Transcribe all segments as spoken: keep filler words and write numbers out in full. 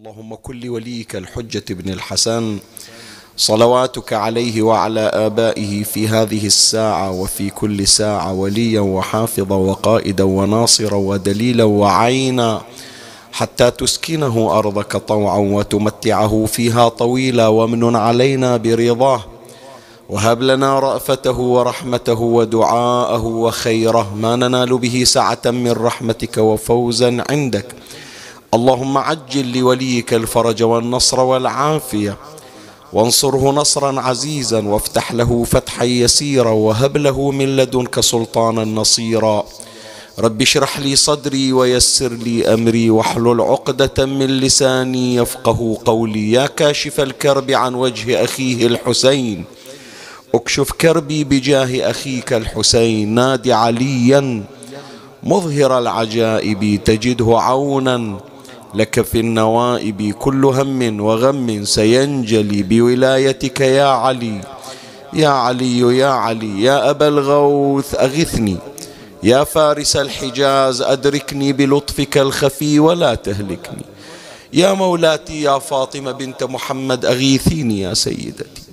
اللهم كن لوليك الحجة بن الحسن صلواتك عليه وعلى آبائه في هذه الساعة وفي كل ساعة وليا وحافظا وقائدا وناصرا ودليلا وعينا، حتى تسكنه أرضك طوعا وتمتعه فيها طويلا، وامنن علينا برضاه، وهب لنا رأفته ورحمته ودعاءه وخيره ما ننال به سعة من رحمتك وفوزا عندك. اللهم عجل لوليك الفرج والنصر والعافية، وانصره نصرا عزيزا، وافتح له فتحا يسيرا، وهب له من لدنك سلطانا نصيرا. رب اشرح لي صدري ويسر لي أمري واحلل عقدة من لساني يفقه قولي. يا كاشف الكرب عن وجه أخيه الحسين، اكشف كربي بجاه أخيك الحسين. نادي عليا مظهر العجائب تجده عونا لك في النوائب. كل هم وغم سينجلي بولايتك يا علي. يا علي يا علي يا أبا الغوث أغثني، يا فارس الحجاز أدركني بلطفك الخفي ولا تهلكني. يا مولاتي يا فاطمة بنت محمد أغيثيني يا سيدتي.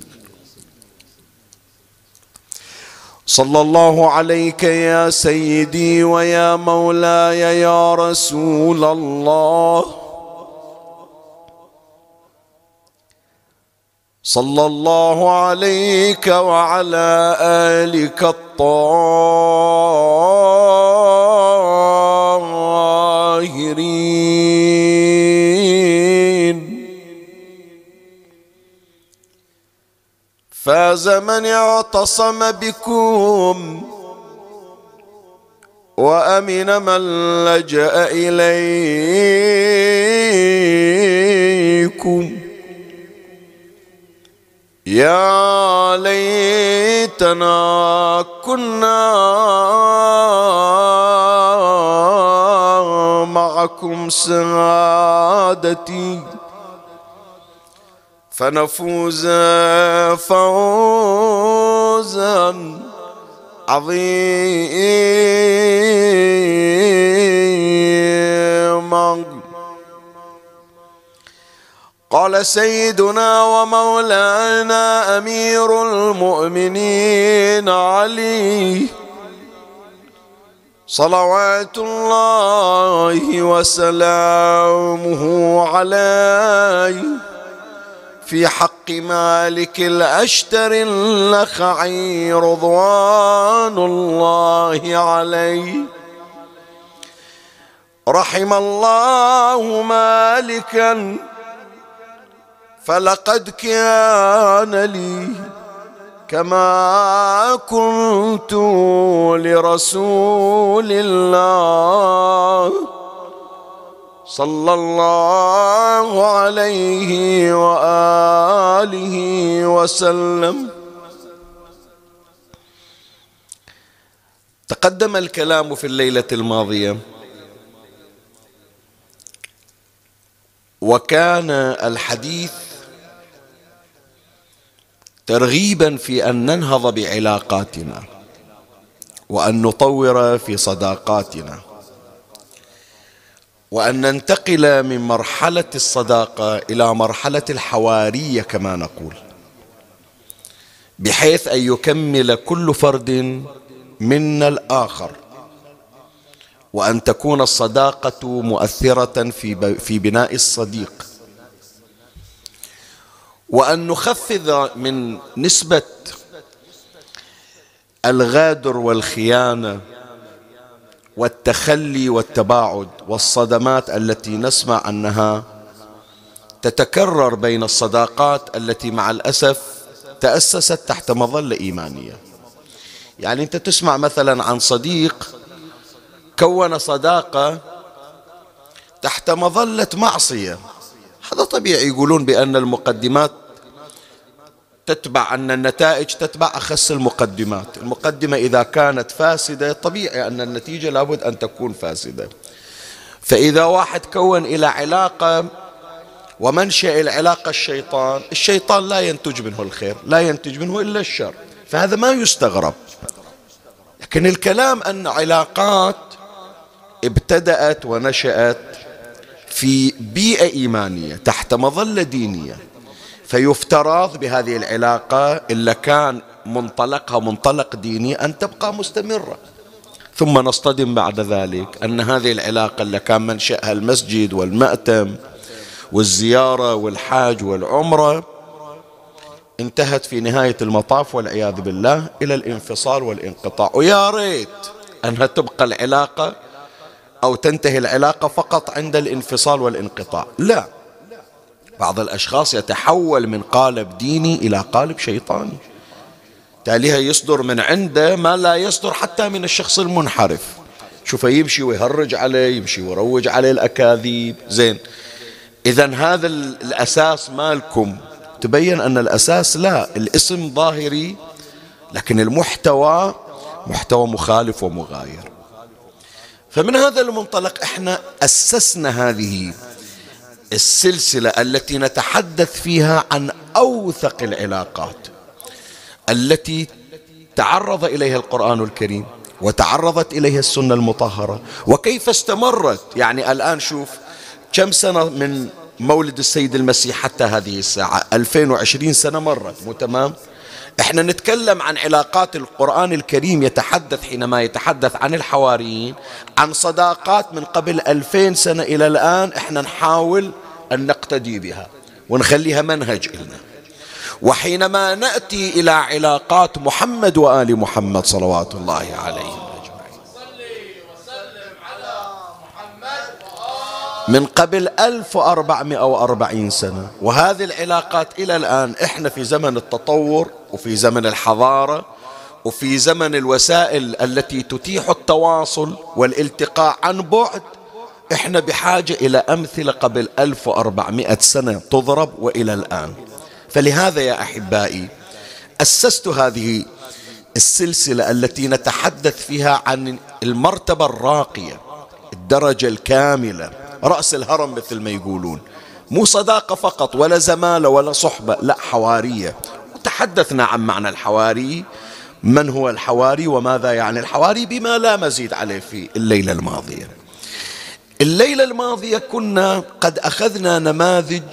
صلى الله عليك يا سيدي ويا مولاي يا رسول الله. صلى الله عليك وعلى آلك الطاهرين. فاز من اعتصم بكم، وأمن من لجأ إليكم. يا ليتنا كنا معكم سعادتي، فنفوز فوزا عظيما. قال سيدنا ومولانا أمير المؤمنين علي صلوات الله وسلامه عليه في حق مالك الأشتر النخعي رضوان الله عليه: رحم الله مالكا فلقد كان لي كما كنت لرسول الله صلى الله عليه وآله وسلم. تقدم الكلام في الليلة الماضية، وكان الحديث ترغيبا في أن ننهض بعلاقاتنا وأن نطور في صداقاتنا، وأن ننتقل من مرحلة الصداقة إلى مرحلة الحوارية كما نقول، بحيث أن يكمل كل فرد منا الآخر، وأن تكون الصداقة مؤثرة في في بناء الصديق، وأن نخفض من نسبة الغادر والخيانة والتخلي والتباعد والصدمات التي نسمع أنها تتكرر بين الصداقات التي مع الأسف تأسست تحت مظلة إيمانية. يعني أنت تسمع مثلا عن صديق كون صداقة تحت مظلة معصية، هذا طبيعي، يقولون بأن المقدمات تتبع، أن النتائج تتبع أخس المقدمات. المقدمة إذا كانت فاسدة طبيعي أن النتيجة لابد أن تكون فاسدة. فإذا واحد كون إلى علاقة ومنشأ العلاقة الشيطان، الشيطان لا ينتج منه الخير، لا ينتج منه إلا الشر، فهذا ما يستغرب. لكن الكلام أن علاقات ابتدأت ونشأت في بيئة إيمانية تحت مظلة دينية، فيفترض بهذه العلاقة إلا كان منطلقها منطلق ديني أن تبقى مستمرة. ثم نصطدم بعد ذلك أن هذه العلاقة اللي كان منشأها المسجد والمأتم والزيارة والحاج والعمرة انتهت في نهاية المطاف والعياذ بالله إلى الانفصال والانقطاع. ويا ريت أنها تبقى العلاقة أو تنتهي العلاقة فقط عند الانفصال والانقطاع، لا، بعض الأشخاص يتحول من قالب ديني إلى قالب شيطاني، تاليها يصدر من عنده ما لا يصدر حتى من الشخص المنحرف. شوفه يمشي ويهرج عليه، يمشي ويروج عليه الأكاذيب. زين، إذن هذا الأساس مالكم، تبين أن الأساس لا، الاسم ظاهري لكن المحتوى محتوى مخالف ومغاير. فمن هذا المنطلق احنا أسسنا هذه السلسلة التي نتحدث فيها عن أوثق العلاقات التي تعرض إليها القرآن الكريم وتعرضت إليها السنة المطهرة، وكيف استمرت. يعني الآن شوف كم سنة من مولد السيد المسيح حتى هذه الساعة، ألفين وعشرين سنة مرت، مو تمام؟ احنا نتكلم عن علاقات القرآن الكريم، يتحدث حينما يتحدث عن الحواريين عن صداقات من قبل ألفين سنة إلى الآن، احنا نحاول أن نقتدي بها ونخليها منهج لنا. وحينما نأتي إلى علاقات محمد وآل محمد صلوات الله عليهم من قبل ألف وأربعمائة وأربعين سنة، وهذه العلاقات إلى الآن إحنا في زمن التطور وفي زمن الحضارة وفي زمن الوسائل التي تتيح التواصل والالتقاء عن بعد، إحنا بحاجة إلى أمثلة قبل ألف وأربعمائة سنة تضرب وإلى الآن. فلهذا يا أحبائي أسست هذه السلسلة التي نتحدث فيها عن المرتبة الراقية، الدرجة الكاملة، رأس الهرم مثل ما يقولون، مو صداقة فقط ولا زمالة ولا صحبة، لا، حوارية. وتحدثنا عن معنى الحواري، من هو الحواري وماذا يعني الحواري، بما لا مزيد عليه في الليلة الماضية. الليلة الماضية كنا قد أخذنا نماذج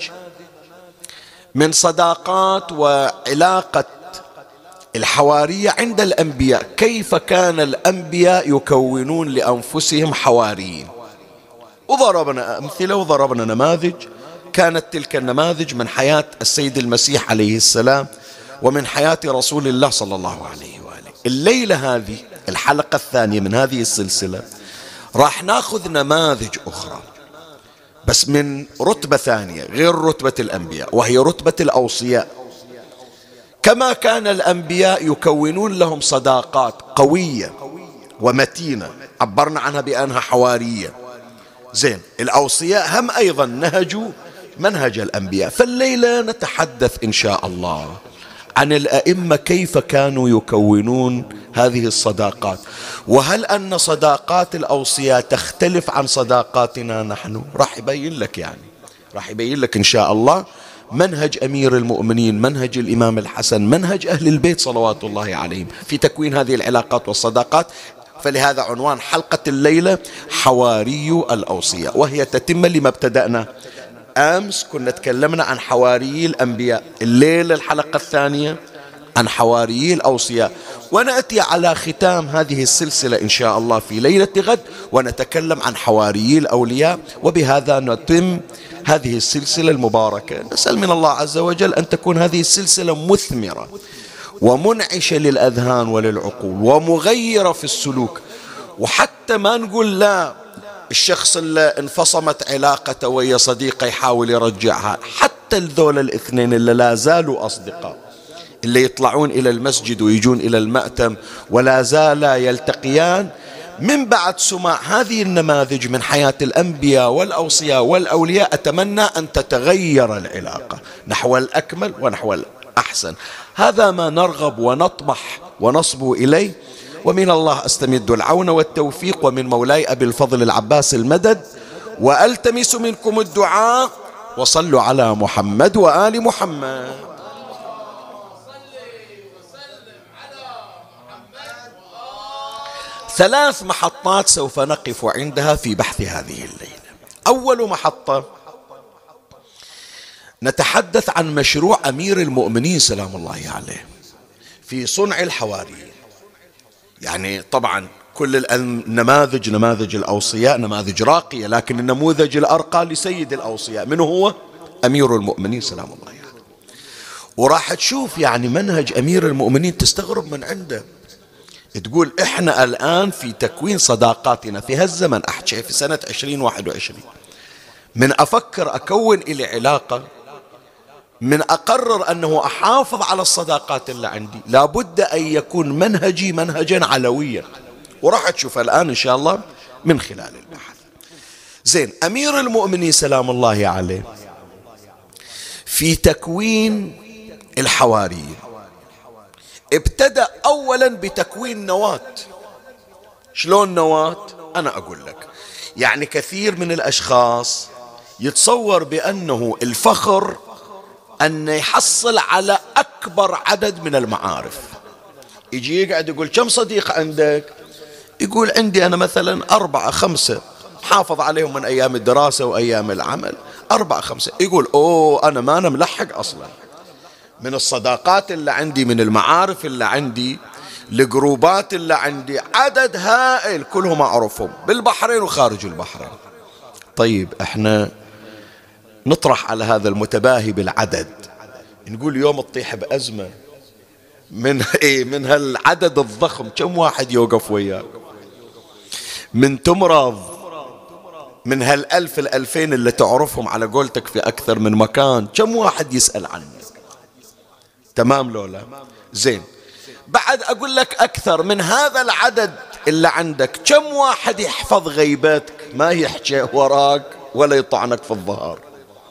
من صداقات وعلاقة الحوارية عند الأنبياء، كيف كان الأنبياء يكونون لأنفسهم حواريين، وضربنا أمثلة وضربنا نماذج. كانت تلك النماذج من حياة السيد المسيح عليه السلام ومن حياة رسول الله صلى الله عليه وآله. الليلة هذه الحلقة الثانية من هذه السلسلة راح ناخذ نماذج أخرى بس من رتبة ثانية غير رتبة الأنبياء، وهي رتبة الأوصياء. كما كان الأنبياء يكونون لهم صداقات قوية ومتينة عبرنا عنها بأنها حوارية، زين، الأوصياء هم أيضا نهجوا منهج الأنبياء. فالليلة نتحدث إن شاء الله عن الأئمة كيف كانوا يكونون هذه الصداقات، وهل أن صداقات الأوصياء تختلف عن صداقاتنا نحن. راح يبين لك يعني راح يبين لك إن شاء الله منهج أمير المؤمنين، منهج الإمام الحسن، منهج أهل البيت صلوات الله عليهم في تكوين هذه العلاقات والصداقات. فلهذا عنوان حلقة الليلة حواري الأوصياء، وهي تتم لما ابتدأنا أمس. كنا تكلمنا عن حواري الأنبياء، الليلة الحلقة الثانية عن حواري الأوصياء، ونأتي على ختام هذه السلسلة إن شاء الله في ليلة غد ونتكلم عن حواري الأولياء. وبهذا نتم هذه السلسلة المباركة. نسأل من الله عز وجل أن تكون هذه السلسلة مثمرة ومنعشة للأذهان وللعقول ومغيرة في السلوك، وحتى ما نقول لا الشخص اللي انفصمت علاقته ويا صديقه يحاول يرجعها، حتى الذول الاثنين اللي لا زالوا أصدقاء، اللي يطلعون إلى المسجد ويجون إلى المأتم ولا زالا يلتقيان، من بعد سماع هذه النماذج من حياة الأنبياء والأوصياء والأولياء أتمنى أن تتغير العلاقة نحو الأكمل ونحو الأحسن. هذا ما نرغب ونطمح ونصبو إليه، ومن الله أستمد العون والتوفيق، ومن مولاي أبي الفضل العباس المدد، وألتمس منكم الدعاء. وصلوا على محمد وآل محمد. ثلاث محطات سوف نقف عندها في بحث هذه الليلة. أول محطة نتحدث عن مشروع أمير المؤمنين سلام الله عليه في صنع الحواريين. يعني طبعا كل النماذج نماذج الأوصياء نماذج راقية، لكن النموذج الأرقى لسيد الأوصياء من هو؟ أمير المؤمنين سلام الله عليه. وراح تشوف يعني منهج أمير المؤمنين تستغرب من عنده. تقول إحنا الآن في تكوين صداقاتنا في هالزمن، أحكي في سنة عشرين واحد وعشرين، من أفكر أكون إلي علاقة، من أقرر أنه أحافظ على الصداقات اللي عندي، لابد أن يكون منهجي منهجا علويا. وراح تشوف الآن إن شاء الله من خلال البحث. زين، أمير المؤمنين سلام الله عليه في تكوين الحواريين ابتدأ أولا بتكوين نواة. شلون نواة؟ أنا أقول لك. يعني كثير من الأشخاص يتصور بأنه الفخر أن يحصل على أكبر عدد من المعارف. يجي يقعد يقول كم صديق عندك؟ يقول عندي أنا مثلا أربعة خمسة حافظ عليهم من أيام الدراسة وأيام العمل، أربعة خمسة. يقول أوه أنا ما أنا ملحق أصلا من الصداقات اللي عندي، من المعارف اللي عندي، الجروبات اللي عندي، عدد هائل كلهم أعرفهم بالبحرين وخارج البحرين. طيب احنا نطرح على هذا المتباهي بالعدد، نقول يوم تطيح بأزمة من ايه من هالعدد الضخم كم واحد يوقف وياك؟ من تمرض من هالألف الألفين اللي تعرفهم على قولتك في أكثر من مكان كم واحد يسأل عنك؟ تمام لولا؟ زين، بعد أقول لك أكثر من هذا العدد اللي عندك كم واحد يحفظ غيباتك ما يحكي وراك ولا يطعنك في الظهر؟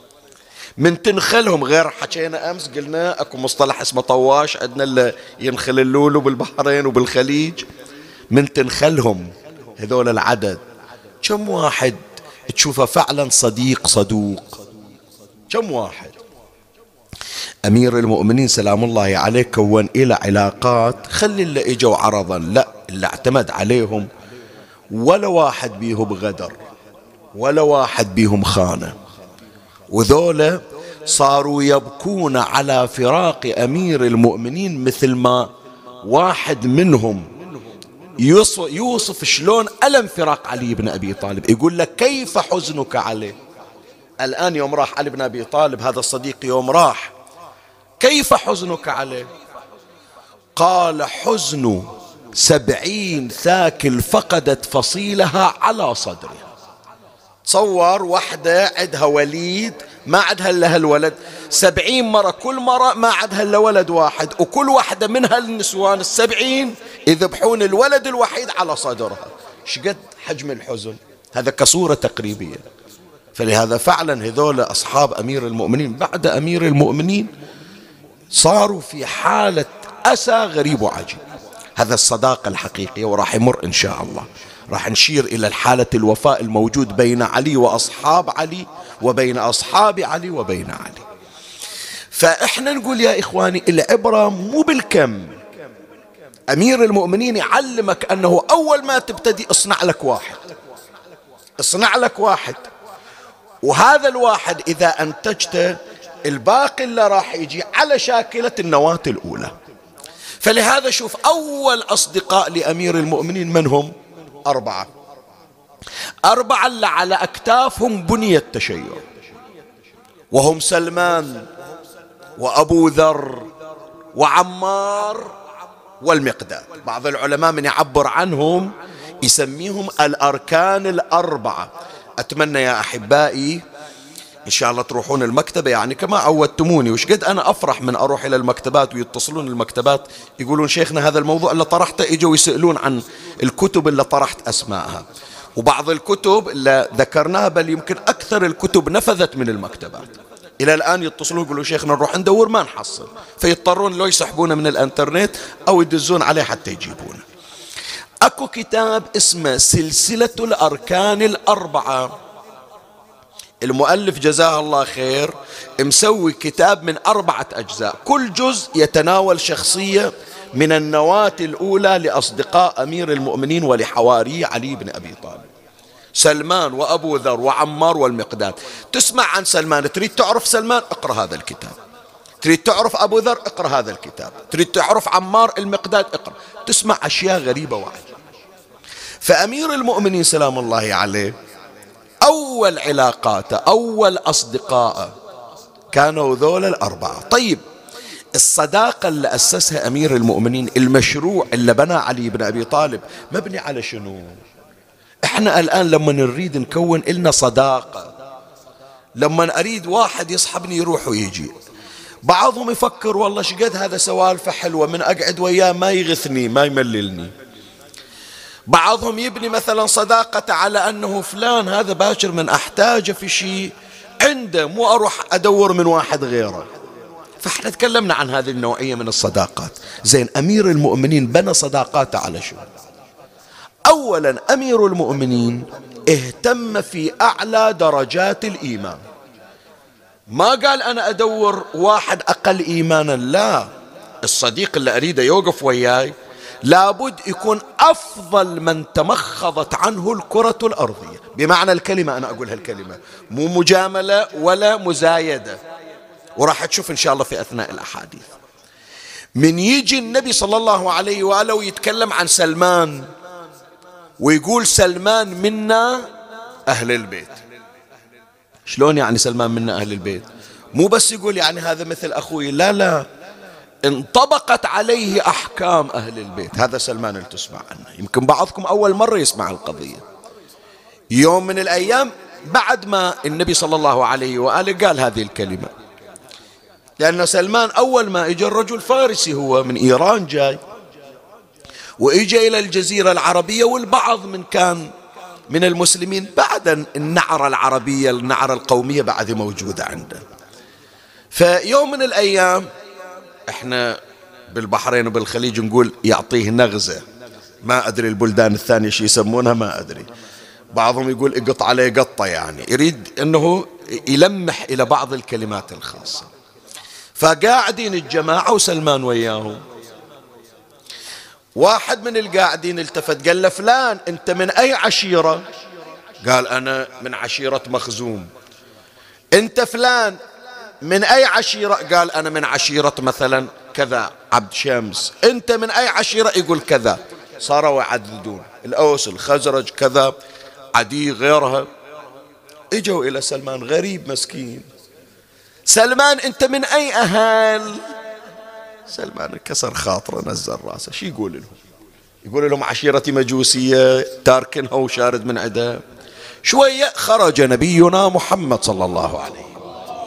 من تنخلهم، غير حكينا أمس قلنا أكو مصطلح اسمه طواش عندنا اللي ينخل اللولو بالبحرين وبالخليج. من تنخلهم هذول العدد كم واحد تشوفه فعلا صديق صدوق؟ كم واحد؟ أمير المؤمنين سلام الله عليه كون إلى علاقات، خلي اللي إجوا عرضا لا، اللي اعتمد عليهم ولا واحد بيهم غدر ولا واحد بيهم خانة، وذولا صاروا يبكون على فراق أمير المؤمنين مثل ما واحد منهم يوصف شلون ألم فراق علي بن أبي طالب. يقول لك كيف حزنك عليه؟ الآن يوم راح علي بن أبي طالب هذا الصديق يوم راح، كيف حزنك عليه؟ قال حزن سبعين ثاكل فقدت فصيلها على صدرها. تصور وحدة عندها وليد ما عندها إلا هالولد، سبعين مرة كل مرة ما عندها إلا ولد واحد، وكل واحدة من هالنسوان السبعين يذبحون الولد الوحيد على صدرها. شقد حجم الحزن هذا كصورة تقريبية. فلهذا فعلا هذول أصحاب أمير المؤمنين بعد أمير المؤمنين صاروا في حالة أسى غريب وعجيب. هذا الصداقة الحقيقية، وراح يمر إن شاء الله، راح نشير إلى الحالة الوفاء الموجود بين علي وأصحاب علي وبين أصحاب علي وبين علي. فإحنا نقول يا إخواني العبرة مو بالكم. أمير المؤمنين يعلمك أنه أول ما تبتدي اصنع لك واحد، اصنع لك واحد، وهذا الواحد إذا أنتجته الباقي اللي راح يجي على شاكلة النواة الأولى. فلهذا شوف أول أصدقاء لأمير المؤمنين من هم؟ أربعة أربعة اللي على أكتافهم بني التشيع، وهم سلمان وأبو ذر وعمار والمقداد. بعض العلماء من يعبر عنهم يسميهم الأركان الأربعة. أتمنى يا أحبائي إن شاء الله تروحون المكتبة، يعني كما عودتموني، وش قد أنا أفرح من أروح إلى المكتبات ويتصلون المكتبات يقولون شيخنا هذا الموضوع اللي طرحته، إجوا يسألون عن الكتب اللي طرحت أسماءها، وبعض الكتب اللي ذكرناها بل يمكن أكثر الكتب نفذت من المكتبات. إلى الآن يتصلون يقولون شيخنا نروح ندور ما نحصل، فيضطرون لو يسحبونه من الانترنت أو يدزون عليه حتى يجيبونه. أكو كتاب اسمه سلسلة الأركان الأربعة، المؤلف جزاه الله خير مسوي كتاب من أربعة أجزاء، كل جزء يتناول شخصية من النواة الأولى لأصدقاء أمير المؤمنين ولحواري علي بن أبي طالب. سلمان وأبو ذر وعمار والمقداد. تسمع عن سلمان، تريد تعرف سلمان اقرأ هذا الكتاب، تريد تعرف أبو ذر اقرأ هذا الكتاب، تريد تعرف عمار المقداد اقرأ. تسمع أشياء غريبة وعجيبة. فأمير المؤمنين سلام الله عليه أول علاقاته أول أصدقائه كانوا ذول الأربعة. طيب الصداقة اللي أسسها أمير المؤمنين، المشروع اللي بنى علي بن أبي طالب، مبني على شنو؟ احنا الآن لما نريد نكون إلنا صداقة، لما أريد واحد يصحبني يروح ويجي، بعضهم يفكر والله شقد هذا سوالفه حلوة، من أقعد وياه ما يغثني ما يمللني. بعضهم يبني مثلا صداقة على أنه فلان هذا باكر من أحتاجه في شيء عنده، مو أروح أدور من واحد غيره. فاحنا تكلمنا عن هذه النوعية من الصداقات. زين، أمير المؤمنين بنى صداقاته على شو؟ أولا أمير المؤمنين اهتم في أعلى درجات الإيمان. ما قال أنا أدور واحد أقل إيمانا، لا، الصديق اللي أريده يوقف وياي لابد يكون أفضل من تمخضت عنه الكرة الأرضية، بمعنى الكلمة. أنا أقول هالكلمة مو مجاملة ولا مزايدة، وراح تشوف إن شاء الله في أثناء الأحاديث. من يجي النبي صلى الله عليه وآله ويتكلم عن سلمان ويقول سلمان منا أهل البيت. شلون يعني سلمان منا أهل البيت؟ مو بس يقول يعني هذا مثل أخوي، لا لا، انطبقت عليه أحكام أهل البيت. هذا سلمان اللي تسمع عنه، يمكن بعضكم أول مرة يسمع القضية. يوم من الأيام بعد ما النبي صلى الله عليه وآله قال هذه الكلمة، لأن سلمان أول ما إجا الرجل فارسي، هو من إيران جاي، وإجا إلى الجزيرة العربية، والبعض من كان من المسلمين بعد النعرة العربية النعرة القومية بعد موجودة عنده. فيوم من الأيام احنا بالبحرين وبالخليج نقول يعطيه نغزة، ما أدري البلدان الثانية شو يسمونها ما أدري، بعضهم يقول اقط عليه قطة، يعني يريد أنه يلمح إلى بعض الكلمات الخاصة. فقاعدين الجماعة وسلمان وياهم، واحد من القاعدين التفت قال له فلان أنت من أي عشيرة؟ قال أنا من عشيرة مخزوم. أنت فلان من أي عشيرة؟ قال أنا من عشيرة مثلا كذا عبد شمس. أنت من أي عشيرة؟ يقول كذا. صاروا يعددون الأوس الخزرج كذا عدي غيرها. اجوا إلى سلمان غريب مسكين، سلمان أنت من أي أهل؟ سلمان كسر خاطره نزل راسه، شو يقول لهم؟ يقول لهم عشيرتي مجوسية تاركنها وشارد من عدها. شوية خرج نبينا محمد صلى الله عليه وسلم.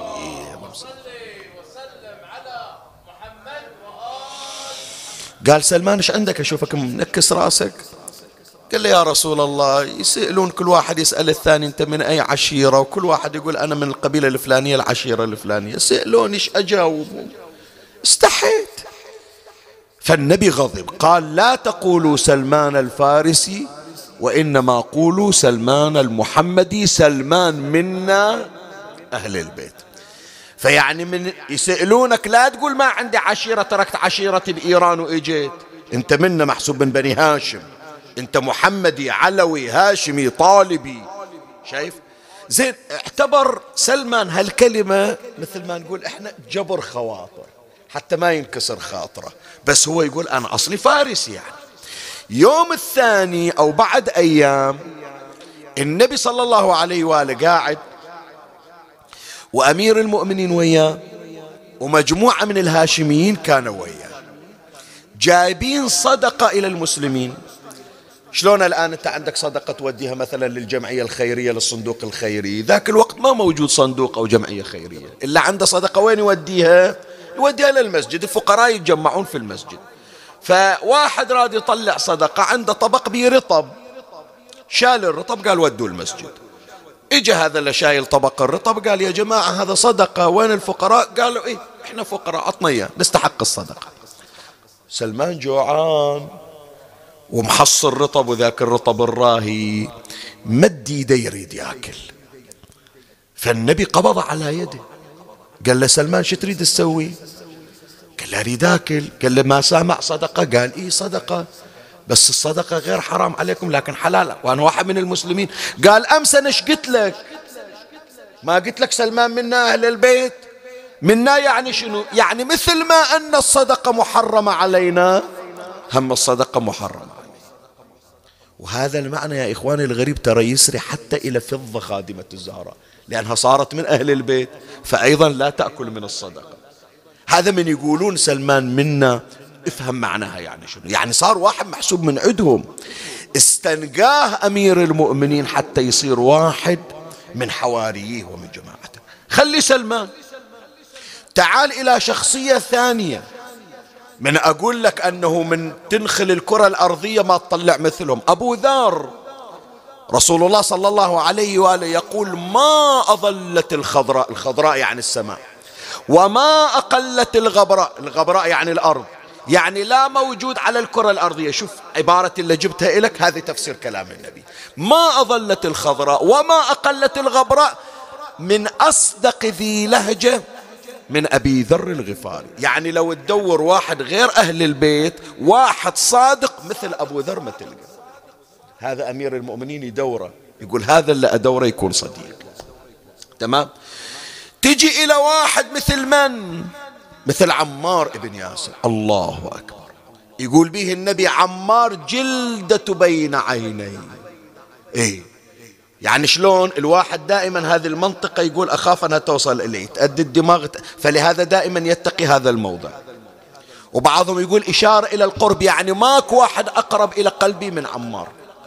قال سلمان ايش عندك اشوفك منكس راسك؟ قال له يا رسول الله يسألون كل واحد يسأل الثاني انت من اي عشيرة، وكل واحد يقول انا من القبيلة الفلانية العشيرة الفلانية، سألوني ايش اجاوبهم؟ استحيت. فالنبي غضب قال لا تقولوا سلمان الفارسي وإنما قولوا سلمان المحمدي، سلمان منا أهل البيت. فيعني من يسألونك لا تقول ما عندي عشيرة تركت عشيرتي بإيران وإجيت، أنت منا محسوب من بني هاشم، أنت محمدي علوي هاشمي طالبي. شايف؟ زين، اعتبر سلمان هالكلمة مثل ما نقول احنا جبر خواطر حتى ما ينكسر خاطره، بس هو يقول أنا أصلي فارسي. يعني يوم الثاني أو بعد أيام النبي صلى الله عليه وآله قاعد وأمير المؤمنين وياه ومجموعة من الهاشميين كانوا وياه جايبين صدقة إلى المسلمين. شلون الآن أنت عندك صدقة توديها مثلا للجمعية الخيرية للصندوق الخيري، ذاك الوقت ما موجود صندوق أو جمعية خيرية، إلا عنده صدقة وين يوديها؟ يوديها للمسجد، الفقراء يتجمعون في المسجد. فواحد راد يطلع صدقة عنده طبق بيه رطب، شال الرطب قال ودوا المسجد. اجى هذا اللي شايل طبق الرطب قال يا جماعة هذا صدقة وين الفقراء؟ قالوا ايه احنا فقراء عطنا اياه نستحق الصدقة. سلمان جوعان ومحصر رطب، وذاك الرطب الراهي مد يده يريد ياكل، فالنبي قبض على يده قال له سلمان شو تريد تسوي؟ قال له اريد اكل. قال له ما سامع صدقة؟ قال ايه صدقة، بس الصدقة غير حرام عليكم لكن حلال، وأنا واحد من المسلمين. قال أمس أنا ايش قلت لك؟ ما قلت لك سلمان منا أهل البيت؟ منا يعني شنو؟ يعني مثل ما أن الصدقة محرمة علينا هم الصدقة محرمة علينا. وهذا المعنى يا إخواني الغريب ترى يسري حتى إلى فضة خادمة الزهراء، لأنها صارت من أهل البيت فأيضا لا تأكل من الصدقة. هذا من يقولون سلمان منا، افهم معناها يعني شنو، يعني صار واحد محسوب من عندهم، استنقاه أمير المؤمنين حتى يصير واحد من حواريه ومن جماعته. خلي سلمان، تعال إلى شخصية ثانية، من أقول لك أنه من تنخل الكرة الأرضية ما تطلع مثلهم. أبو ذر، رسول الله صلى الله عليه وآله يقول ما أظلت الخضراء، الخضراء يعني السماء، وما أقلت الغبراء، الغبراء يعني الأرض، يعني لا موجود على الكرة الأرضية. شوف عبارة اللي جبتها إليك، هذه تفسير كلام النبي. ما أظلت الخضراء وما أقلت الغبراء من أصدق ذي لهجة من أبي ذر الغفاري. يعني لو تدور واحد غير أهل البيت واحد صادق مثل أبو ذر ما تلقى. هذا أمير المؤمنين يدوره، يقول هذا اللي أدوره يكون صديق. تمام. تجي إلى واحد مثل من؟ مثل عمار ابن ياسر. الله أكبر. يقول به النبي عمار جلدة بين عيني. إيه يعني شلون الواحد دائما هذه المنطقة يقول أخاف أنها توصل إليه، تأدي الدماغ، فلهذا دائما يتقي هذا الموضع. وبعضهم يقول إشارة إلى القرب، يعني ماك واحد أقرب إلى قلبي من عمار.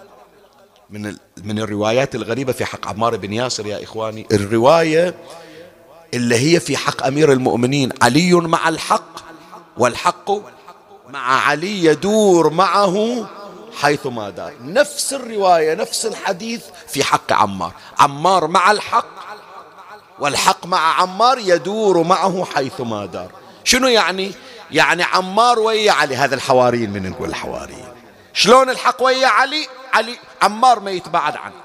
من من الروايات الغريبة في حق عمار بن ياسر يا إخواني، الرواية اللي هي في حق أمير المؤمنين، علي مع الحق والحق مع علي يدور معه حيث ما دار. نفس الرواية نفس الحديث في حق عمار، عمار مع الحق والحق مع عمار يدور معه حيث ما دار. شنو يعني؟ يعني عمار ويا علي، هذا الحواريين، من نقول الحواريين شلون الحق ويا علي، علي عمار ما يتبعد عنه.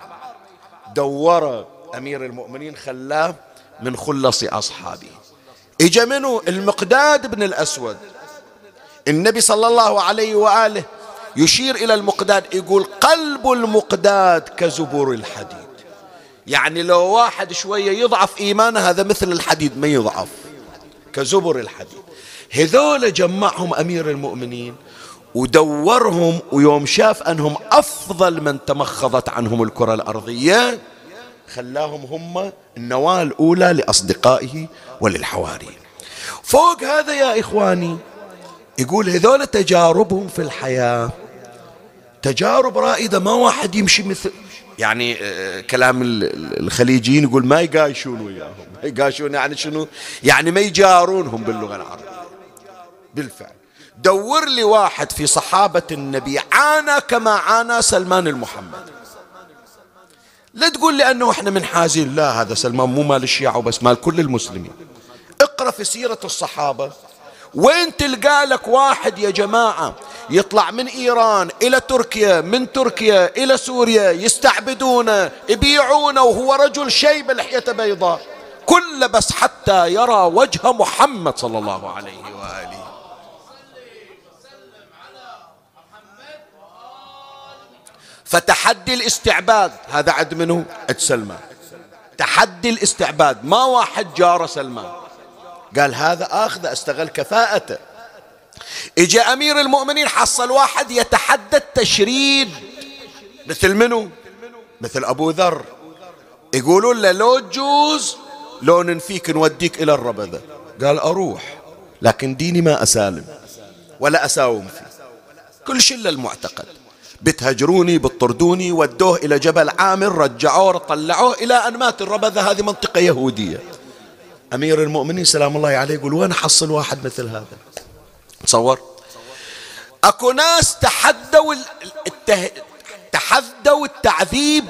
دور أمير المؤمنين خلاه من خلص أصحابه. إجا منه المقداد بن الأسود، النبي صلى الله عليه وآله يشير إلى المقداد، يقول قلب المقداد كزبور الحديد. يعني لو واحد شوية يضعف إيمانه هذا مثل الحديد ما يضعف، كزبر الحديد. هذول جمعهم أمير المؤمنين ودورهم، ويوم شاف أنهم أفضل من تمخضت عنهم الكرة الأرضية خلاهم هم النواة الأولى لأصدقائه وللحواريين. فوق هذا يا إخواني يقول هذول تجاربهم في الحياة تجارب رائدة، ما واحد يمشي مثل يعني كلام الخليجيين يقول ما يقايشون وياهم، ما يقايشون يعني شنو؟ يعني ما يجارونهم باللغة العربية. بالفعل دور لي واحد في صحابة النبي عانى كما عانى سلمان المحمد. لا تقول لي أنه إحنا منحازين، لا، هذا سلمان مو مال الشيعة وبس، مال كل المسلمين. اقرأ في سيرة الصحابة، وين تلقى لك واحد يا جماعة يطلع من إيران إلى تركيا، من تركيا إلى سوريا، يستعبدونه يبيعونه وهو رجل شيب لحية بيضاء، كل بس حتى يرى وجه محمد صلى الله عليه وآله. فتحدي الاستعباد هذا عد منه؟ عد سلمان. تحدي الاستعباد، ما واحد جار سلمان قال هذا آخذ استغل كفاءته. اجى أمير المؤمنين حصل واحد يتحدى التشريد مثل منه؟ مثل أبو ذر. يقولون له لو تجوز لو ننفيك نوديك إلى الربذة، قال أروح لكن ديني ما أسالم ولا أساوم فيه، كل شيء إلا المعتقد. بتهجروني بتطردوني، ودوه إلى جبل عامر، رجعوه طلعوه إلى أن مات. الربذة هذه منطقة يهودية. أمير المؤمنين سلام الله عليه يقول وين حصل واحد مثل هذا؟ تصور أكو ناس تحدوا الته... تحدوا التعذيب.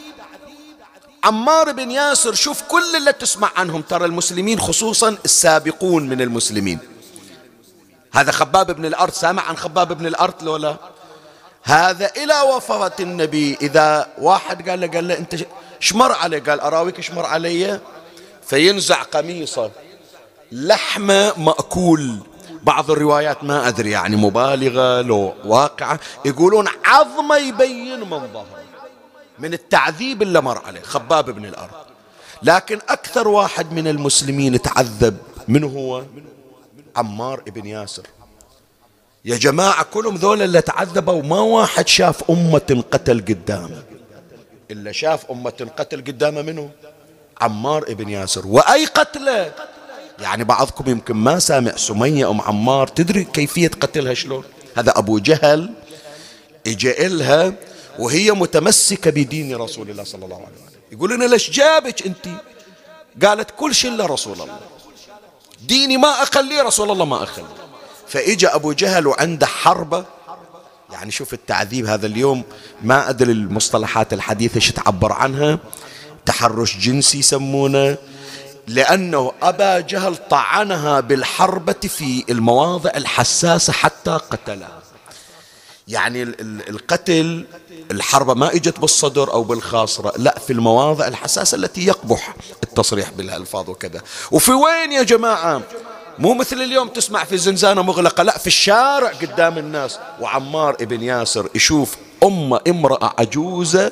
عمار بن ياسر، شوف كل اللي تسمع عنهم، ترى المسلمين خصوصا السابقون من المسلمين، هذا خباب بن الأرض، سامع عن خباب بن الأرض لولا؟ هذا إلى وفاة النبي إذا واحد قال له قال له أنت شمر عليه، قال أراويك شمر علي، فينزع قميصه لحمة مأكول بعض الروايات ما أدري يعني مبالغة لو واقعة، يقولون عظمة يبين من ظهره من التعذيب اللي مر عليه خباب بن الأرض. لكن أكثر واحد من المسلمين تعذب من هو؟ عمار بن ياسر. يا جماعة كلهم ذولا اللي تعذبوا ما واحد شاف أمة تنقتل قدامه، إلا شاف أمة تنقتل قدامه منه عمار بن ياسر. وأي قتله؟ يعني بعضكم يمكن ما سامع سمية أم عمار، تدري كيفية قتلها شلون؟ هذا أبو جهل إجا إلها وهي متمسكة بدين رسول الله صلى الله عليه وسلم، يقول لنا ليش جابك أنت؟ قالت كل شيء إلا رسول الله، ديني ما أخليه، رسول الله ما أخليه. فإجا أبو جهل وعنده حربة. يعني شوف التعذيب هذا اليوم، ما أدري المصطلحات الحديثة ايش تعبر عنها، تحرش جنسي يسمونه، لأنه أبا جهل طعنها بالحربة في المواضع الحساسة حتى قتلها. يعني القتل الحربة ما اجت بالصدر أو بالخاصرة، لا، في المواضع الحساسة التي يقبح التصريح بالألفاظ وكذا. وفي وين يا جماعة؟ مو مثل اليوم تسمع في زنزانة مغلقة، لا، في الشارع قدام الناس. وعمار ابن ياسر يشوف أم امرأة عجوزة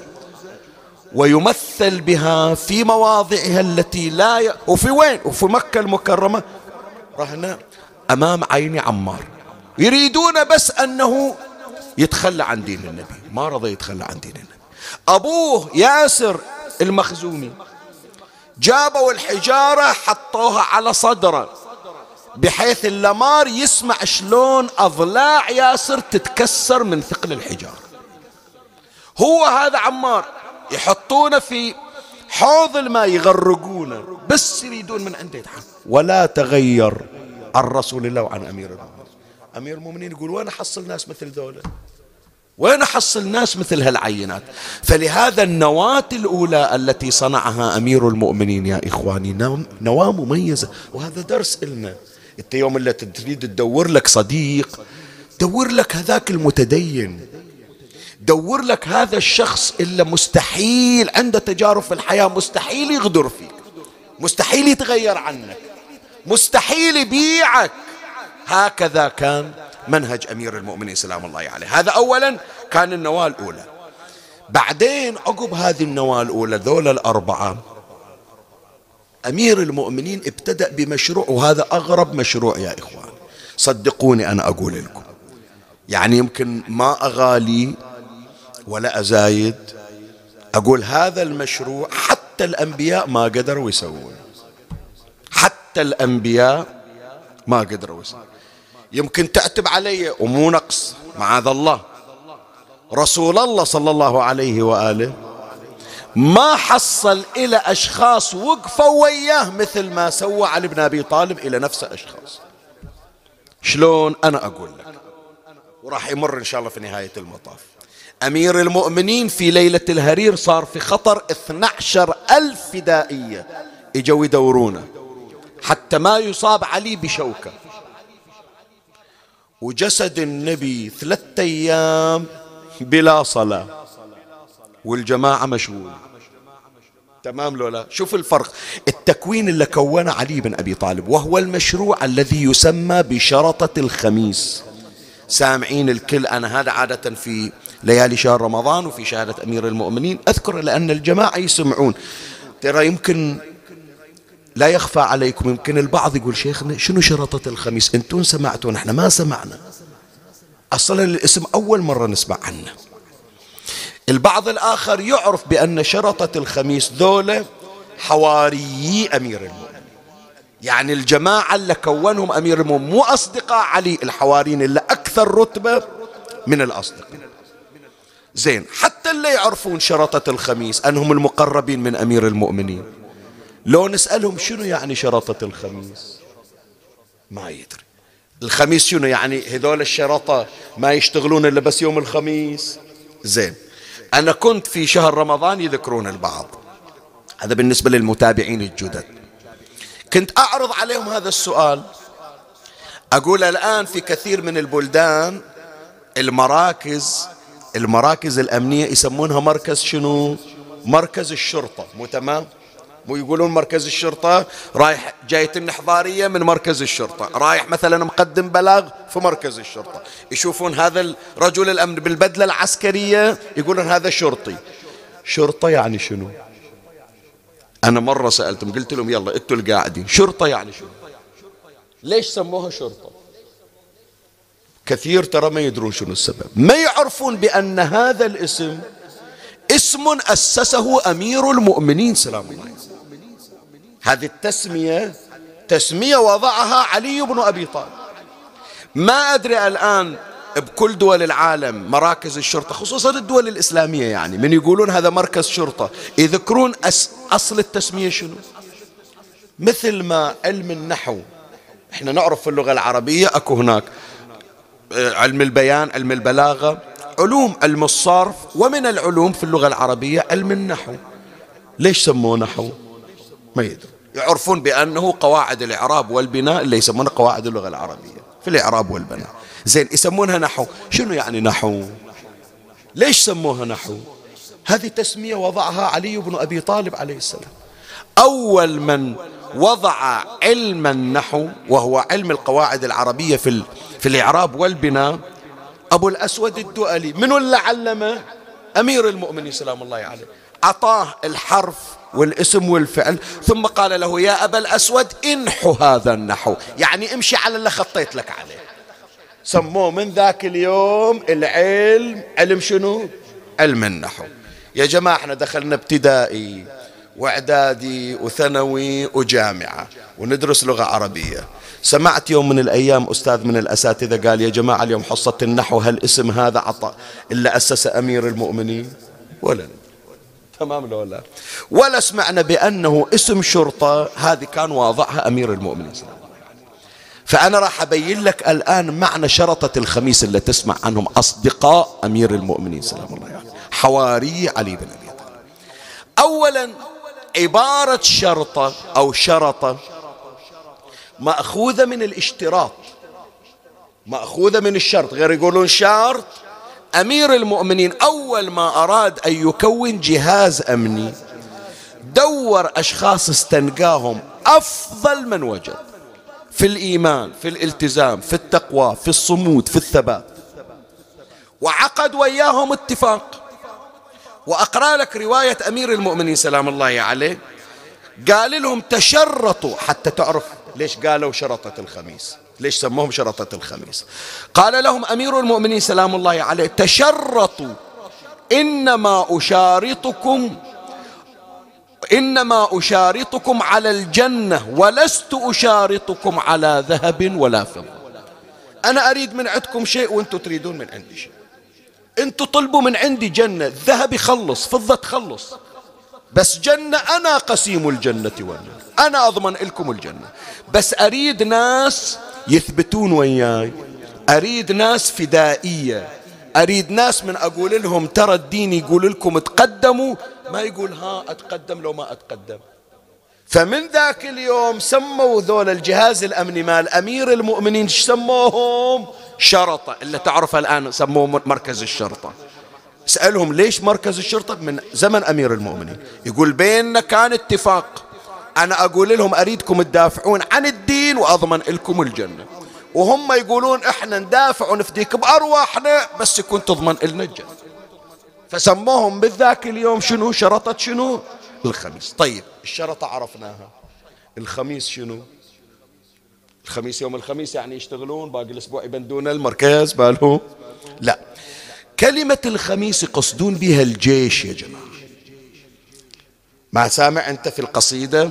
ويمثل بها في مواضعها التي لا ي... وفي وين؟ وفي مكة المكرمة، رهنا أمام عين عمار، يريدون بس أنه يتخلى عن دين النبي، ما رضى يتخلى عن دين النبي. أبوه ياسر المخزومي جابوا الحجارة حطوها على صدره بحيث اللمار يسمع شلون أضلاع ياسر تتكسر من ثقل الحجار. هو هذا عمار يحطونه في حوض الماء يغرقونه، بس يريدون من عنده يتحمل. ولا تغير عن رسول الله وعن أمير المؤمنين. أمير المؤمنين يقول وين أحصل ناس مثل ذولا؟ وين أحصل ناس مثل هالعينات؟ فلهذا النواة الأولى التي صنعها أمير المؤمنين يا إخواني نواة مميزة. وهذا درس إلنا. أنت يوم اللي تريد تدور لك صديق، دور لك هذاك المتدين، دور لك هذا الشخص اللي مستحيل عنده تجارب في الحياة، مستحيل يغدر فيك، مستحيل يتغير عنك، مستحيل يبيعك. هكذا كان منهج أمير المؤمنين سلام الله عليه. هذا أولا كان النواة الأولى. بعدين عقب هذه النواة الأولى ذول الأربعة، أمير المؤمنين ابتدأ بمشروع، وهذا أغرب مشروع يا إخوان، صدقوني أنا أقول لكم، يعني يمكن ما أغالي ولا أزايد، أقول هذا المشروع حتى الأنبياء ما قدروا يسوون، حتى الأنبياء ما قدروا يسوون. يمكن تعتب علي ومو نقص معاذ الله، رسول الله صلى الله عليه وآله ما حصل إلى أشخاص وقفوا وياه مثل ما سوى علي بن أبي طالب إلى نفس الأشخاص. شلون؟ أنا أقول لك، وراح يمر إن شاء الله في نهاية المطاف. أمير المؤمنين في ليلة الهرير صار في خطر اثني عشر ألف فدائية إجوا يدورونه حتى ما يصاب علي بشوكة. وجسد النبي ثلاثة أيام بلا صلاة والجماعة مشغول. تمام لولا؟ شوف الفرق، التكوين اللي كونه علي بن أبي طالب، وهو المشروع الذي يسمى بشرطة الخميس. سامعين الكل، أنا هذا عادة في ليالي شهر رمضان وفي شهادة أمير المؤمنين أذكر لأن الجماعة يسمعون. ترى يمكن لا يخفى عليكم، يمكن البعض يقول شيخنا شنو شرطة الخميس؟ انتم سمعتوا نحن ما سمعنا، أصلا الاسم أول مرة نسمع عنه. البعض الآخر يعرف بأن شرطة الخميس ذولا حواريي أمير المؤمنين، يعني الجماعة اللي كونهم أمير المؤمنين، مو أصدقاء علي، الحواريين اللي أكثر رتبة من الأصدقاء. زين، حتى اللي يعرفون شرطة الخميس أنهم المقربين من أمير المؤمنين، لو نسألهم شنو يعني شرطة الخميس ما يدري. الخميس شنو يعني؟ هذول الشرطة ما يشتغلون إلا بس يوم الخميس. زين، أنا كنت في شهر رمضان يذكرون البعض، هذا بالنسبة للمتابعين الجدد، كنت أعرض عليهم هذا السؤال، أقول الآن في كثير من البلدان المراكز المراكز الأمنية يسمونها مركز شنو؟ مركز الشرطة، مو تمام؟ مو يقولون مركز الشرطة رايح جاية النحضارية من مركز الشرطة، رايح مثلا مقدم بلاغ في مركز الشرطة، يشوفون هذا رجل الأمن بالبدلة العسكرية يقولون هذا شرطي. شرطة يعني شنو؟ أنا مرة سألتهم قلت لهم يلا انتوا القاعدين شرطة يعني شنو؟ ليش سموها شرطة؟ كثير ترى ما يدرون شنو السبب، ما يعرفون بأن هذا الاسم اسم أسسه أمير المؤمنين سلام الله عليه. هذه التسمية تسمية وضعها علي بن أبي طالب. ما أدري الآن بكل دول العالم مراكز الشرطة خصوصا الدول الإسلامية يعني من يقولون هذا مركز شرطة يذكرون أصل التسمية شنو؟ مثل ما علم النحو احنا نعرف في اللغة العربية اكو هناك علم البيان، علم البلاغة، علوم، علم الصرف، ومن العلوم في اللغة العربية علم النحو. ليش سموه نحو؟ ما يدرون، يعرفون بأنه قواعد الإعراب والبناء اللي يسمونها قواعد اللغة العربية في الإعراب والبناء. زين يسمونها نحو، شنو يعني نحو؟ ليش سموها نحو؟ هذه تسمية وضعها علي بن أبي طالب عليه السلام. أول من وضع علم النحو وهو علم القواعد العربية في في الإعراب والبناء أبو الأسود الدؤلي. منو اللي علمه؟ أمير المؤمنين سلام الله عليه. أعطاه الحرف والاسم والفعل ثم قال له يا أبا الأسود انحو هذا النحو، يعني امشي على اللي خطيت لك عليه. سموه من ذاك اليوم العلم علم شنو؟ علم النحو. يا جماعة احنا دخلنا ابتدائي واعدادي وثانوي وجامعة وندرس لغة عربية. سمعت يوم من الأيام أستاذ من الأساتذة قال يا جماعة اليوم حصة النحو هل اسم هذا عطاء إلا أسس أمير المؤمنين؟ ولا تمام لو لا ولا سمعنا بأنه اسم شرطة هذه كان واضعها أمير المؤمنين. فأنا راح أبين لك الآن معنى شرطة الخميس اللي تسمع عنهم أصدقاء أمير المؤمنين سلام الله عليه، حواري علي بن أبي طالب. أولا عبارة شرطة أو شرطة مأخوذة من الاشتراط، مأخوذة من الشرط، غير يقولون شرط. أمير المؤمنين أول ما أراد أن يكون جهاز أمني دور أشخاص استنقاهم أفضل من وجد في الإيمان، في الالتزام، في التقوى، في الصمود، في الثبات، وعقد وياهم اتفاق. وأقرأ لك رواية أمير المؤمنين سلام الله عليه، قال لهم تشرطوا حتى تعرف ليش قالوا شرطة الخميس، ليش سموهم شرطة الخميس. قال لهم أمير المؤمنين سلام الله عليه تشرطوا إنما أشارطكم إنما أشارطكم على الجنة ولست أشارطكم على ذهب ولا فضة. أنا أريد من عندكم شيء وأنتم تريدون من عندي شيء. أنتم طلبوا من عندي جنة، الذهب يخلص، فضة تخلص، بس جنة أنا قسيم الجنة والنار، أنا أضمن لكم الجنة. بس أريد ناس يثبتون وياي، أريد ناس فدائية، أريد ناس من أقول لهم ترى الدين يقول لكم تقدموا، ما يقول ها أتقدم لو ما أتقدم. فمن ذاك اليوم سموا ذول الجهاز الأمني مال أمير المؤمنين سموهم شرطة، اللي تعرف الآن سموه مركز الشرطة. اسألهم ليش مركز الشرطة؟ من زمن أمير المؤمنين يقول بيننا كان اتفاق، أنا أقول لهم أريدكم تدافعون عن الدين وأضمن لكم الجنة، وهم يقولون إحنا ندافع ونفديك بأرواحنا بس يكون تضمن لنا الجنة. فسموهم بالذاك اليوم شنو؟ شرطة شنو؟ الخميس. طيب الشرطة عرفناها، الخميس شنو؟ الخميس يوم الخميس يعني يشتغلون باقي الأسبوع يبندون المركز باله؟ لا، كلمة الخميس يقصدون بها الجيش يا جماعة. ما سامع أنت في القصيدة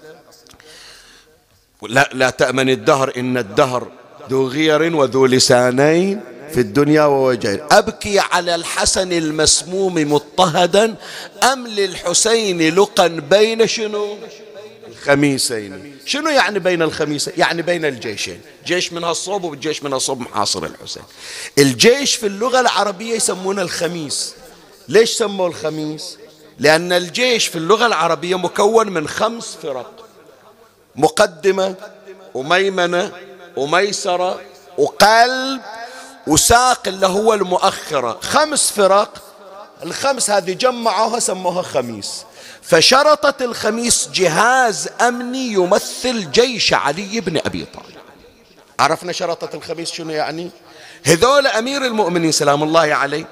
لا, لا تأمن الدهر إن الدهر ذو غير وذو لسانين في الدنيا ووجهين، أبكي على الحسن المسموم مضطهدا أم للحسين لقا بين شنو؟ الخميسين. شنو يعني بين الخميسين؟ يعني بين الجيشين، جيش من هالصوب والجيش من هالصوب محاصر الحسين. الجيش في اللغة العربية يسمونه الخميس. ليش سموه الخميس؟ لأن الجيش في اللغة العربية مكون من خمس فرق، مقدمة وميمنة وميسرة وقلب وساق اللي هو المؤخرة، خمس فرق. الخمس هذه جمعوها سموها خميس. فشرطت الخميس جهاز أمني يمثل جيش علي بن أبي طالب. عرفنا شرطت الخميس شنو يعني؟ هذول أمير المؤمنين سلام الله عليه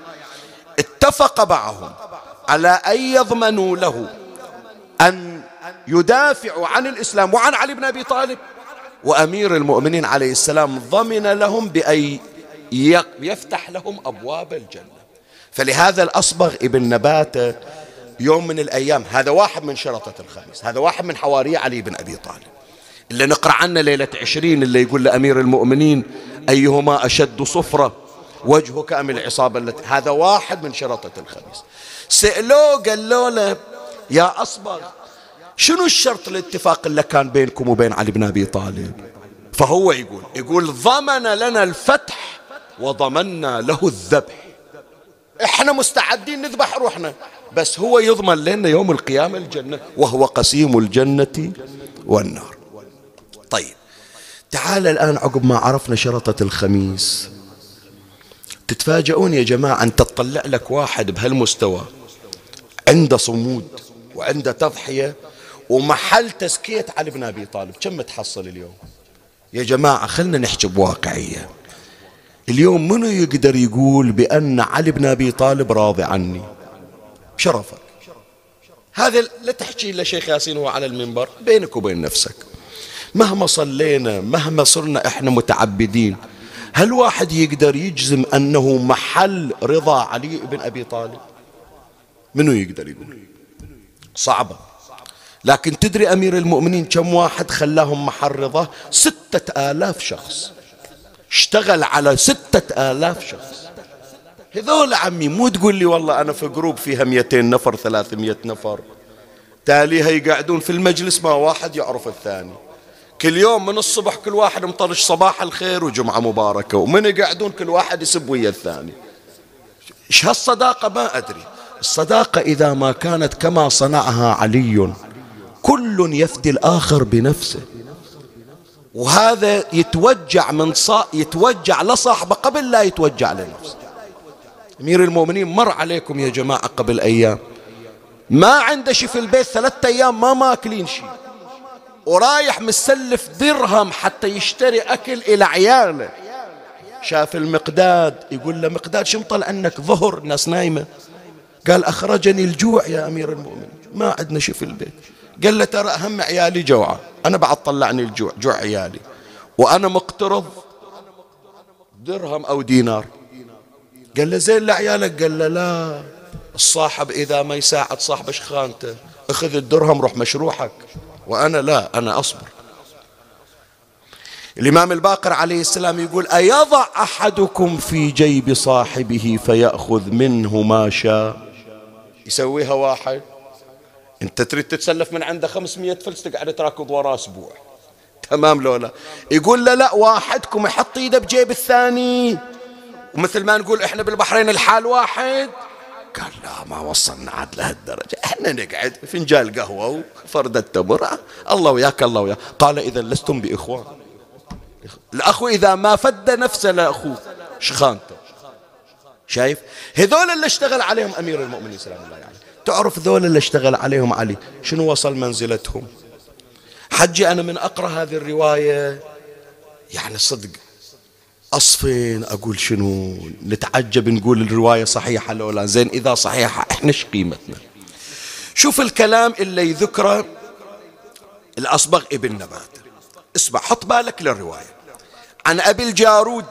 اتفق معهم على أن يضمنوا له أن يدافعوا عن الإسلام وعن علي بن أبي طالب، وأمير المؤمنين عليه السلام ضمن لهم بأن يفتح لهم أبواب الجنة. فلهذا الأصبغ ابن نباتة يوم من الأيام، هذا واحد من شرطة الخميس، هذا واحد من حواري علي بن أبي طالب اللي نقرأ عنه ليلة عشرين، اللي يقول لأمير المؤمنين أيهما أشد صفرة وجهك أم العصابة التي، هذا واحد من شرطة الخميس. سألوه قالوا له يا أصبغ شنو الشرط الاتفاق اللي كان بينكم وبين علي بن أبي طالب؟ فهو يقول يقول ضمن لنا الفتح وضمنا له الذبح، احنا مستعدين نذبح روحنا بس هو يضمن لنا يوم القيامة الجنة وهو قسيم الجنة والنار. طيب تعال الآن عقب ما عرفنا شرطة الخميس، تتفاجئون يا جماعة أن تطلع لك واحد بهالمستوى عنده صمود وعنده تضحية ومحل تزكية علي بن أبي طالب، كم تحصل اليوم يا جماعة؟ خلنا نحكي بواقعية. اليوم منو يقدر يقول بأن علي بن أبي طالب راضي عني؟ شرفك هذا لا تحكي إلا شيخ ياسين هو على المنبر، بينك وبين نفسك. مهما صلينا مهما صرنا إحنا متعبدين، هل واحد يقدر يجزم أنه محل رضا علي بن أبي طالب؟ منو يقدر يقول؟ صعبة. لكن تدري أمير المؤمنين كم واحد خلاهم محل رضاه؟ ستة آلاف شخص، اشتغل على ستة آلاف شخص. هذول عمي مو تقول لي والله أنا في جروب فيها مئتين نفر ثلاثمئة نفر، تاليها يقعدون في المجلس ما واحد يعرف الثاني، كل يوم من الصبح كل واحد مطرش صباح الخير وجمعة مباركة، ومن يقعدون كل واحد يسب ويا الثاني. ايش هالصداقة؟ ما أدري. الصداقة إذا ما كانت كما صنعها علي، كل يفدي الآخر بنفسه، وهذا يتوجع من صا يتوجع لصاحبه قبل لا يتوجع لنفسه. أمير المؤمنين مر عليكم يا جماعة قبل أيام ما عنده شي في البيت، ثلاثة أيام ما ماكلين شي، ورايح مسلف درهم حتى يشتري أكل إلى عياله. شاف المقداد يقول له مقداد شو مطلع عنك ظهر ناس نايمة؟ قال أخرجني الجوع يا أمير المؤمنين، ما عندنا شي في البيت. قال له ترى أهم عيالي جوعة، أنا بعد طلعني الجوع، جوع عيالي، وأنا مقترض درهم أو دينار. قال له زين لعيالك؟ قال له لا، الصاحب إذا ما يساعد صاحب شخانته اخذ الدرهم روح مشروحك، وأنا لا، أنا أصبر. الإمام الباقر عليه السلام يقول أيضع أحدكم في جيب صاحبه فيأخذ منه ما شاء؟ يسويها واحد. أنت تريد تتسلف من عنده خمسمئة فلس تقعد تراكض وراه أسبوع، تمام لولا؟ يقول لا لا، واحدكم يحط ايده بجيب الثاني، ومثل ما نقول احنا بالبحرين الحال واحد. قال لا، ما وصلنا عاد لهالدرجة، احنا نقعد فنجان قهوة وفردة تمر، الله وياك الله وياك. قال إذا لستم بإخوان. الأخو إذا ما فد نفسه لأخوه شخانته. شايف؟ هذول اللي اشتغل عليهم أمير المؤمنين سلام الله عليه. تعرف ذول اللي اشتغل عليهم علي شنو وصل منزلتهم؟ حجي أنا من أقرأ هذه الرواية يعني صدق أصفين أقول شنو، نتعجب نقول الرواية صحيحة لو لا. زين إذا صحيحة إحنا إيش قيمتنا؟ شوف الكلام اللي يذكره الأصبغ ابن نبات، اسمع حط بالك للرواية. عن أبي الجارود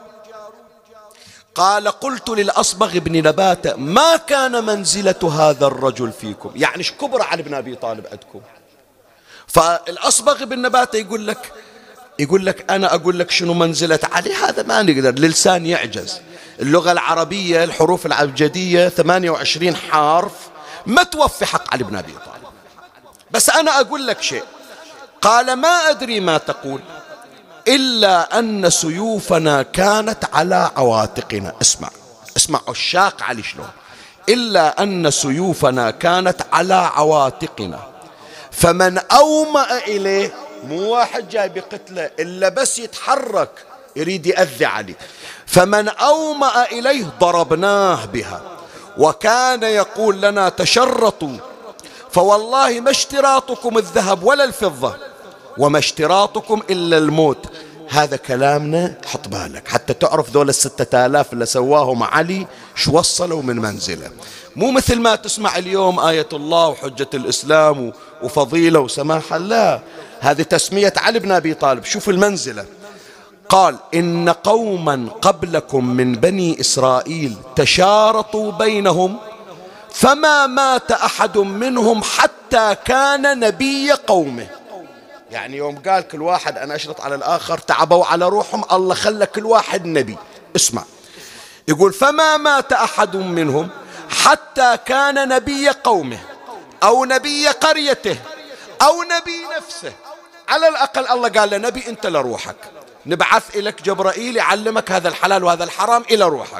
قال قلت للأصبغ بن نبات ما كان منزلة هذا الرجل فيكم؟ يعني ايش كبر علي بن أبي طالب عندكم؟ فالأصبغ بن نبات يقول لك يقول لك أنا أقول لك شنو منزلة علي، هذا ما نقدر، للسان يعجز. اللغة العربية الحروف الأبجدية ثمانية وعشرين حرف ما توفي حق علي بن أبي طالب. بس أنا أقول لك شيء. قال ما أدري ما تقول إلا أن سيوفنا كانت على عواتقنا. اسمع اسمع عشاق علي شلون. إلا أن سيوفنا كانت على عواتقنا فمن أومأ إليه، مو واحد جاي بقتله إلا بس يتحرك يريد يأذي علي، فمن أومأ إليه ضربناه بها. وكان يقول لنا تشرطوا فوالله ما اشتراطكم الذهب ولا الفضة وما اشتراطكم إلا الموت. هذا كلامنا، حط بالك حتى تعرف ذول الستة آلاف اللي سواهم علي شو وصلوا من منزله. مو مثل ما تسمع اليوم آية الله وحجة الإسلام وفضيلة وسماحة، لا، هذه تسمية علي بن أبي طالب. شوف المنزلة، قال إن قوما قبلكم من بني إسرائيل تشارطوا بينهم فما مات أحد منهم حتى كان نبي قومه. يعني يوم قال كل واحد أنا أشرط على الآخر تعبوا على روحهم، الله خلى كل واحد نبي. اسمع، يقول فما مات أحد منهم حتى كان نبي قومه أو نبي قريته أو نبي نفسه. على الأقل الله قال له نبي أنت لروحك، نبعث إليك جبرائيل يعلمك هذا الحلال وهذا الحرام إلى روحك،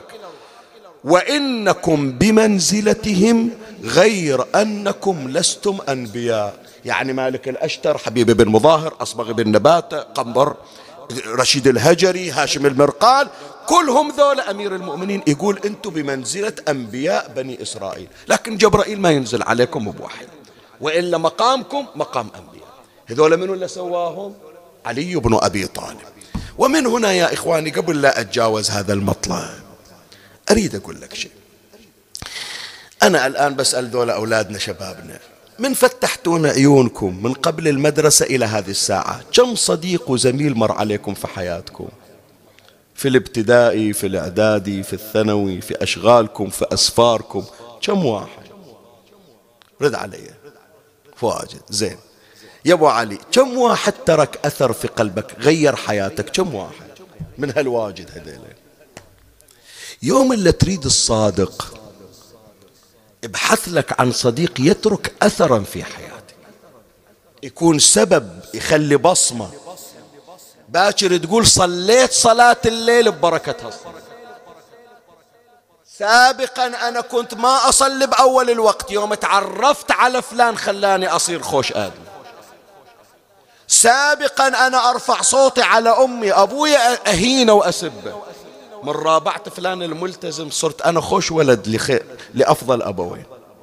وإنكم بمنزلتهم غير أنكم لستم أنبياء. يعني مالك الأشتر، حبيب بن مظاهر، أصبغ بن نباتة، قنبر، رشيد الهجري، هاشم المرقال، كلهم ذول أمير المؤمنين يقول أنتم بمنزلة أنبياء بني إسرائيل، لكن جبرائيل ما ينزل عليكم بوحي، وإلا مقامكم مقام أنبياء. هذول منو اللي سواهم؟ علي بن أبي طالب. ومن هنا يا إخواني، قبل لا أتجاوز هذا المطلب، أريد أقول لك شيء. أنا الآن بسأل ذول أولادنا شبابنا، من فتحتون عيونكم من قبل المدرسة إلى هذه الساعة كم صديق وزميل مر عليكم في حياتكم؟ في الابتدائي، في الإعدادي، في الثانوي، في أشغالكم، في أسفاركم، كم واحد؟ رد علي. واجد. زين يا أبو علي، كم واحد ترك أثر في قلبك غير حياتك؟ كم واحد من هالواجد هذيل؟ يوم اللي تريد الصادق ابحث لك عن صديق يترك أثرا في حياتك، يكون سبب، يخلي بصمة، باكر تقول صليت صلاة الليل ببركة هالصلاة. سابقا أنا كنت ما أصلي بأول الوقت، يوم تعرفت على فلان خلاني أصير خوش آدم. سابقا أنا أرفع صوتي على أمي أبويا أهينه وأسبه، من رابعت فلان الملتزم صرت أنا خوش ولد لخير لأفضل أبوين.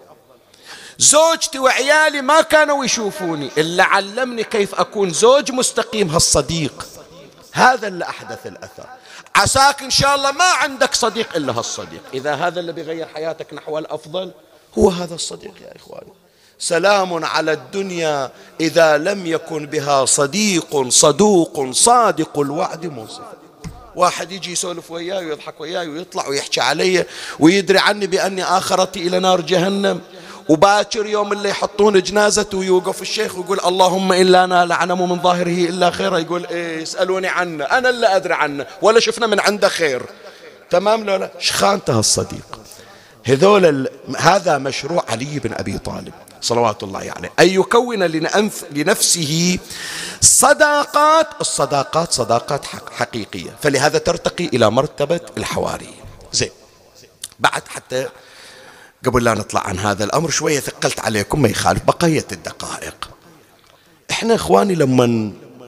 زوجتي وعيالي ما كانوا يشوفوني إلا علمني كيف أكون زوج مستقيم. هالصديق هذا اللي أحدث الأثر. عساك إن شاء الله ما عندك صديق إلا هالصديق، إذا هذا اللي بيغير حياتك نحو الأفضل هو هذا الصديق يا إخواني. سلام على الدنيا إذا لم يكن بها صديق صدوق صادق الوعد منصفا. واحد يجي يسولف وياي ويضحك وياي ويطلع ويحكي علي ويدري عني بأني آخرتي إلى نار جهنم، وباكر يوم اللي يحطون جنازته ويوقف الشيخ ويقول اللهم إلا أنا لعلم من ظاهره إلا خيرا، يقول إيه يسألوني عنه، أنا اللي أدري عنه ولا شفنا من عنده خير. تمام لولا شخانته الصديق. هذول ال... هذا مشروع علي بن أبي طالب صلوات الله عليه، يعني أن يكون لنف... لنفسه صداقات. الصداقات صداقات حقيقية، فلهذا ترتقي إلى مرتبة الحواري. زين، بعد حتى قبل لا نطلع عن هذا الأمر شوية ثقلت عليكم، ما يخالف بقية الدقائق. إحنا إخواني لما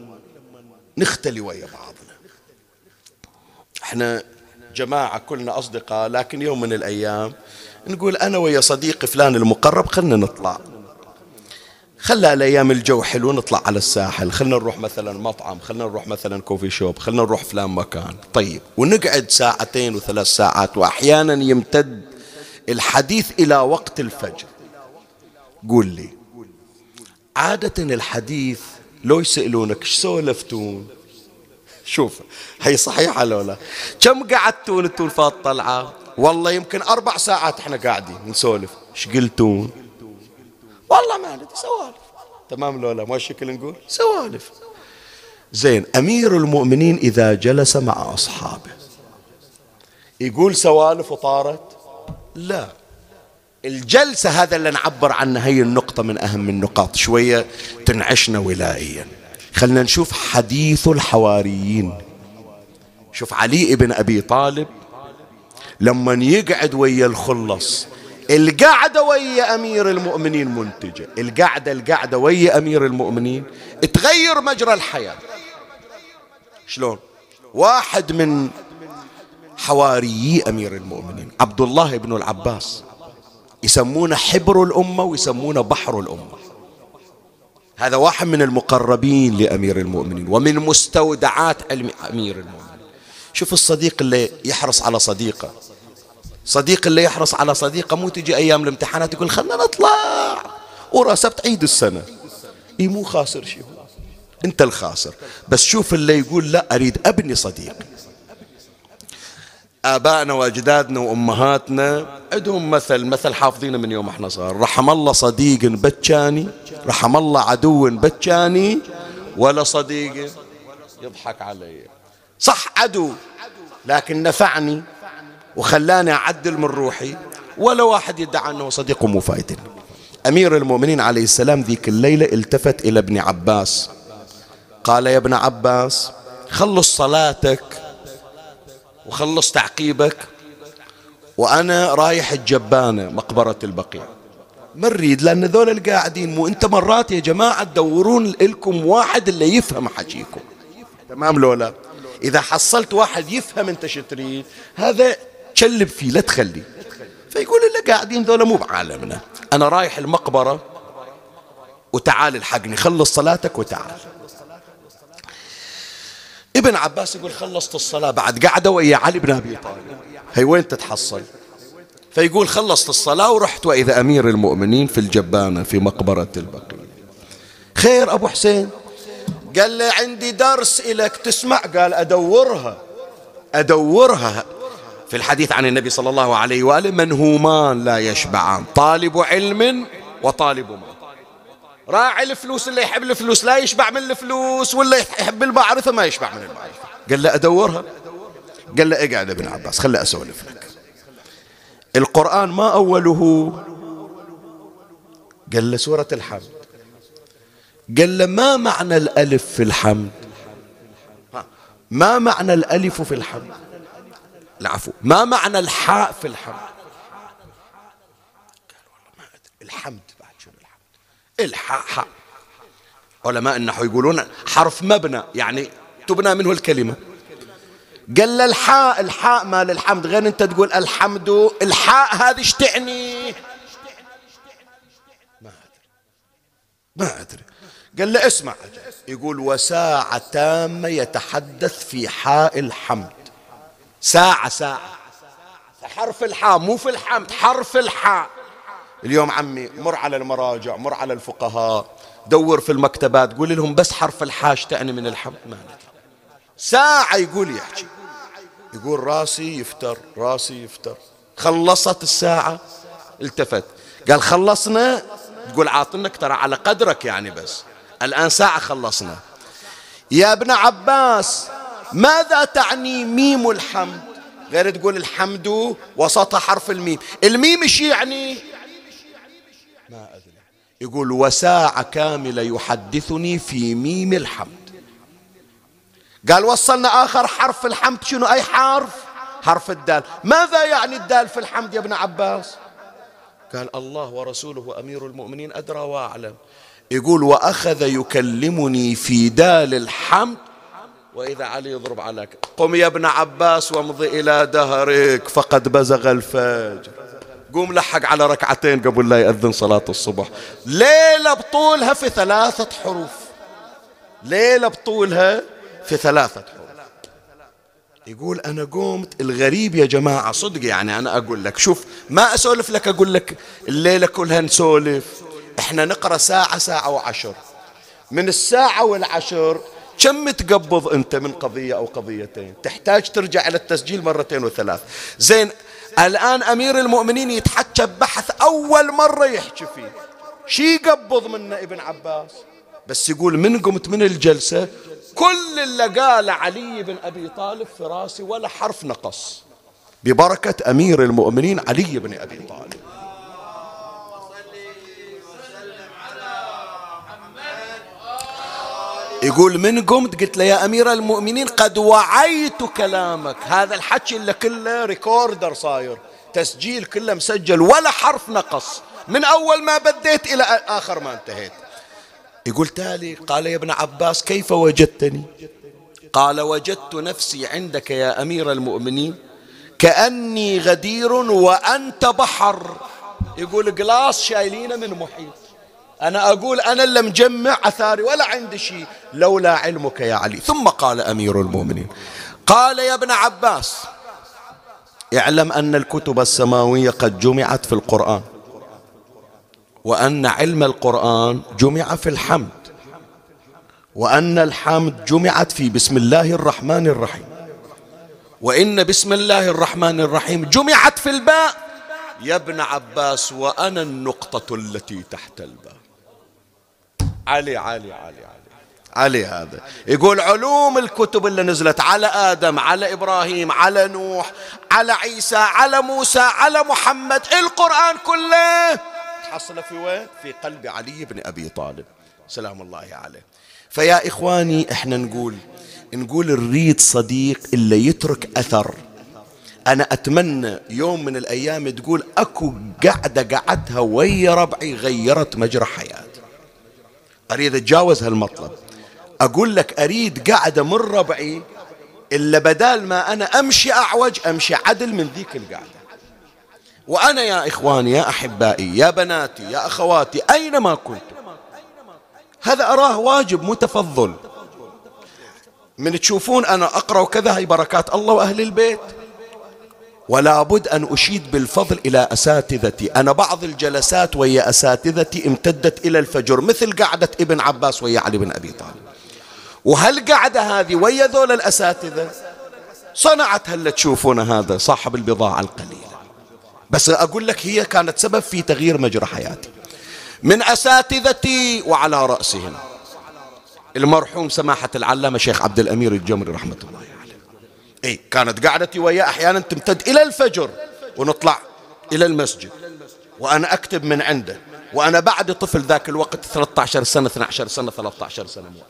نختلي ويا بعضنا، إحنا جماعة كلنا أصدقاء، لكن يوم من الأيام نقول أنا ويا صديقي فلان المقرب خلنا نطلع، خلى الأيام الجو حلو نطلع على الساحل، خلنا نروح مثلا مطعم، خلنا نروح مثلا كوفي شوب، خلنا نروح فلان مكان. طيب، ونقعد ساعتين وثلاث ساعات، وأحيانا يمتد الحديث إلى وقت الفجر. قول لي، عادة الحديث لو يسألونك ايش سولفتون، شوف هي صحيحة لولا كم قعدتون انتون في الطلعة؟ والله يمكن أربع ساعات احنا قاعدين نسولف. ايش قلتون؟ والله ما ندري، سوالف. تمام لولا ما الشكل نقول سوالف. زين، أمير المؤمنين إذا جلس مع أصحابه يقول سوالف وطارت؟ لا، الجلسة هذا اللي نعبر عنه، هي النقطة من أهم النقاط، شوية تنعشنا ولائيا. خلنا نشوف حديث الحواريين. شوف علي بن أبي طالب لما يقعد ويا الخلص، القعدة ويا أمير المؤمنين منتجة، القعدة القعدة ويا أمير المؤمنين تغير مجرى الحياة. شلون؟ واحد من حواريي أمير المؤمنين عبد الله بن العباس يسمونه حبر الأمة ويسمونه بحر الأمة. هذا واحد من المقربين لأمير المؤمنين ومن مستودعات علم أمير المؤمنين. شوف الصديق اللي يحرص على صديقه، صديق اللي يحرص على صديقه، مو تجي أيام الامتحانات يقول خلنا نطلع وراسبت عيد السنة. إيه مو خاسر شيء، أنت الخاسر. بس شوف اللي يقول لا أريد أبني صديق. آبائنا وأجدادنا وأمهاتنا عندهم مثل مثل حافظينه من يوم احنا صغار: رحم الله صديق بتشاني، رحم الله عدو بتشاني، ولا صديق يضحك علي. صح عدو لكن نفعني وخلاني أعدل من روحي، ولا واحد يدعى أنه صديق ومو فايدني. أمير المؤمنين عليه السلام ذيك الليلة التفت إلى ابن عباس قال: يا ابن عباس، خلص صلاتك وخلص تعقيبك وأنا رايح الجبانة مقبرة البقيع. ما نريد، لأن ذول القاعدين مو أنت مرات يا جماعة تدورون لكم واحد اللي يفهم حكيكم، تمام لولا؟ إذا حصلت واحد يفهم أنت شو تريد هذا تشلب فيه لا تخليه. فيقول اللي قاعدين ذولا مو بعالمنا، أنا رايح المقبرة وتعال الحقني، خلص صلاتك وتعال. ابن عباس يقول: خلصت الصلاة بعد قعدة ويا علي بن أبي طالب، هي وين تتحصل؟ فيقول: خلصت الصلاة ورحت وإذا أمير المؤمنين في الجبانة في مقبرة البقيع. خير أبو حسين؟ قال لي عندي درس إلك تسمع. قال: أدورها أدورها. في الحديث عن النبي صلى الله عليه وآله: منهومان لا يشبعان، طالب علم وطالب مال. راعي الفلوس اللي يحب الفلوس لا يشبع من الفلوس، واللي يحب المعرفة ما يشبع من المعرفة. قال له: أدورها. قال له: اقعد ابن عباس خلي أسولف لك. القرآن ما أوله؟ قال له: سورة الحمد. قال له: ما معنى الألف في الحمد؟ ما معنى الألف في الحمد؟ العفو، ما معنى الحاء في الحمد؟ قال: والله ما أدري. الحمد بعد شنو الحمد؟ الحاء حاء. علماء النحو يقولون حرف مبنى يعني تبنى منه الكلمة. قال له: الحاء الحاء مال الحمد، غير انت تقول الحمد، الحاء هذه ايش تعني؟ ما أدري ما أدري. قال له: اسمع. يقول: وساعة تامة يتحدث في حاء الحمد. ساعة ساعة حرف الحاء مو في الحمد، حرف الحاء. اليوم عمي مر على المراجع، مر على الفقهاء، دور في المكتبات، قول لهم بس حرف الحاء تعني من الحمد. ما ندري. ساعة يقول يحكي، يقول راسي يفتر راسي يفتر. خلصت الساعة التفت قال: خلصنا؟ تقول عاطنك ترى على قدرك يعني، بس الآن ساعة خلصنا. يا ابن عباس، ماذا تعني ميم الحمد؟ غير تقول الحمد وسط حرف الميم، الميم ايش يعني؟ ما أدري. يقول: وساعة كاملة يحدثني في ميم الحمد. قال: وصلنا آخر حرف الحمد، شنو أي حرف؟ حرف الدال. ماذا يعني الدال في الحمد يا ابن عباس؟ قال: الله ورسوله أمير المؤمنين أدرى وأعلم. يقول: وأخذ يكلمني في دال الحمد وإذا علي يضرب عليك: قم يا ابن عباس وامضي إلى دهرك فقد بزغ الفجر. قوم لحق على ركعتين قبل لا يأذن صلاة الصبح. ليلة بطولها في ثلاثة حروف، ليلة بطولها في ثلاثة حروف. يقول: أنا قمت. الغريب يا جماعة صدق يعني، أنا أقول لك شوف، ما أسولف لك أقول لك الليلة كلها نسولف، إحنا نقرأ ساعة ساعة وعشر. من الساعة والعشر كم تقبض أنت من قضية أو قضيتين؟ تحتاج ترجع إلى التسجيل مرتين وثلاث. زين، الآن أمير المؤمنين يتحكى ببحث أول مرة يحكي فيه، شي يقبض منا ابن عباس؟ بس يقول: من قمت من الجلسة كل اللي قال علي بن أبي طالب في راسي ولا حرف نقص، ببركة أمير المؤمنين علي بن أبي طالب. يقول: من قمت قلت له: يا أمير المؤمنين قد وعيت كلامك. هذا الحكي اللي كله ريكوردر صاير، تسجيل كله مسجل ولا حرف نقص من أول ما بديت إلى آخر ما انتهيت. يقول تالي: قال: يا ابن عباس كيف وجدتني؟ قال: وجدت نفسي عندك يا أمير المؤمنين كأني غدير وأنت بحر. يقول قلاص شايلينه من محيط. أنا أقول أنا اللي مجمع أثاري ولا عندي شيء لولا علمك يا علي. ثم قال أمير المؤمنين قال يا ابن عباس اعلم أن الكتب السماوية قد جمعت في القرآن، وأن علم القرآن جمع في الحمد، وأن الحمد جمعت في بسم الله الرحمن الرحيم، وإن بسم الله الرحمن الرحيم جمعت في الباء. يا ابن عباس وأنا النقطة التي تحت الباء. علي علي علي علي علي هذا يقول علوم الكتب اللي نزلت على آدم، على إبراهيم، على نوح، على عيسى، على موسى، على محمد، القرآن كله تحصل في وين؟ في قلب علي بن أبي طالب سلام الله عليه. فيا إخواني احنا نقول نقول نريد صديق اللي يترك أثر. أنا أتمنى يوم من الأيام تقول أكو قعدة قعدتها ويا ربعي غيرت مجرى حياتي. أريد أتجاوز هالمطلب، أقول لك أريد قعدة من ربعي إلا بدال ما أنا أمشي أعوج أمشي عدل من ذيك القعدة. وأنا يا إخواني يا أحبائي يا بناتي يا أخواتي أينما كنت، هذا أراه واجب متفضل. من تشوفون أنا أقرأ وكذا هي بركات الله وأهل البيت، ولا بد أن أشيد بالفضل إلى أساتذتي. أنا بعض الجلسات ويا أساتذتي امتدت إلى الفجر، مثل قعدة ابن عباس ويا علي بن أبي طالب. وهالقعدة هذه ويا ذول الأساتذة صنعت هل تشوفون هذا صاحب البضاعة القليلة. بس أقول لك هي كانت سبب في تغيير مجرى حياتي. من أساتذتي وعلى رأسهم المرحوم سماحة العلامة شيخ عبد الأمير الجمري رحمة الله عليه. إيه كانت قعدتي وياه أحيانا تمتد إلى الفجر، ونطلع إلى المسجد وأنا أكتب من عنده، وأنا بعد طفل ذاك الوقت ثلاثة عشر سنة اثنتي عشرة سنة ثلاثة عشر سنة موقف.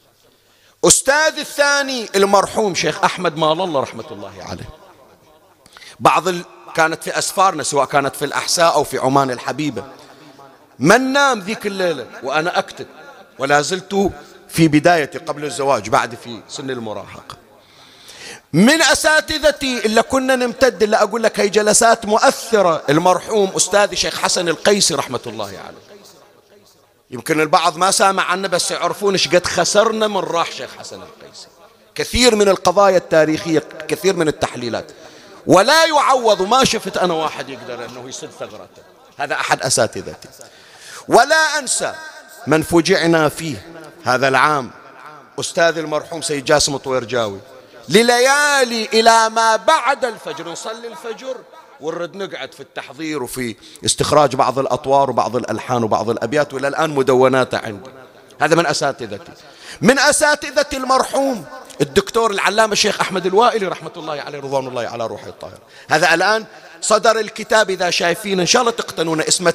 أستاذ الثاني المرحوم شيخ أحمد مال الله رحمة الله عليه. بعض ال... كانت في أسفارنا سواء كانت في الأحساء أو في عمان الحبيبة، من نام ذيك الليلة وأنا أكتب، ولا زلت في بدايتي قبل الزواج بعد في سن المراهقة. من أساتذتي اللي كنا نمتد اللي أقول لك هي جلسات مؤثرة المرحوم أستاذي شيخ حسن القيسي رحمة الله عليه. يمكن البعض ما سامع عنه بس يعرفون ايش قد خسرنا من راح شيخ حسن القيسي. كثير من القضايا التاريخية، كثير من التحليلات، ولا يعوض. ما شفت أنا واحد يقدر أنه يسد ثغرته. هذا أحد أساتذتي. ولا أنسى من فجعنا فيه هذا العام أستاذ المرحوم سيد جاسم الطويرجاوي، لليالي إلى ما بعد الفجر نصلي الفجر ونرد نقعد في التحضير وفي استخراج بعض الأطوار وبعض الألحان وبعض الأبيات، وإلى الآن مدوناته عندي. هذا من أساتذتي. من أساتذتي المرحوم الدكتور العلامة الشيخ أحمد الوائلي رحمة الله عليه رضوان الله على روحه الطاهر. هذا الآن صدر الكتاب إذا شايفين إن شاء الله تقتنون، اسمه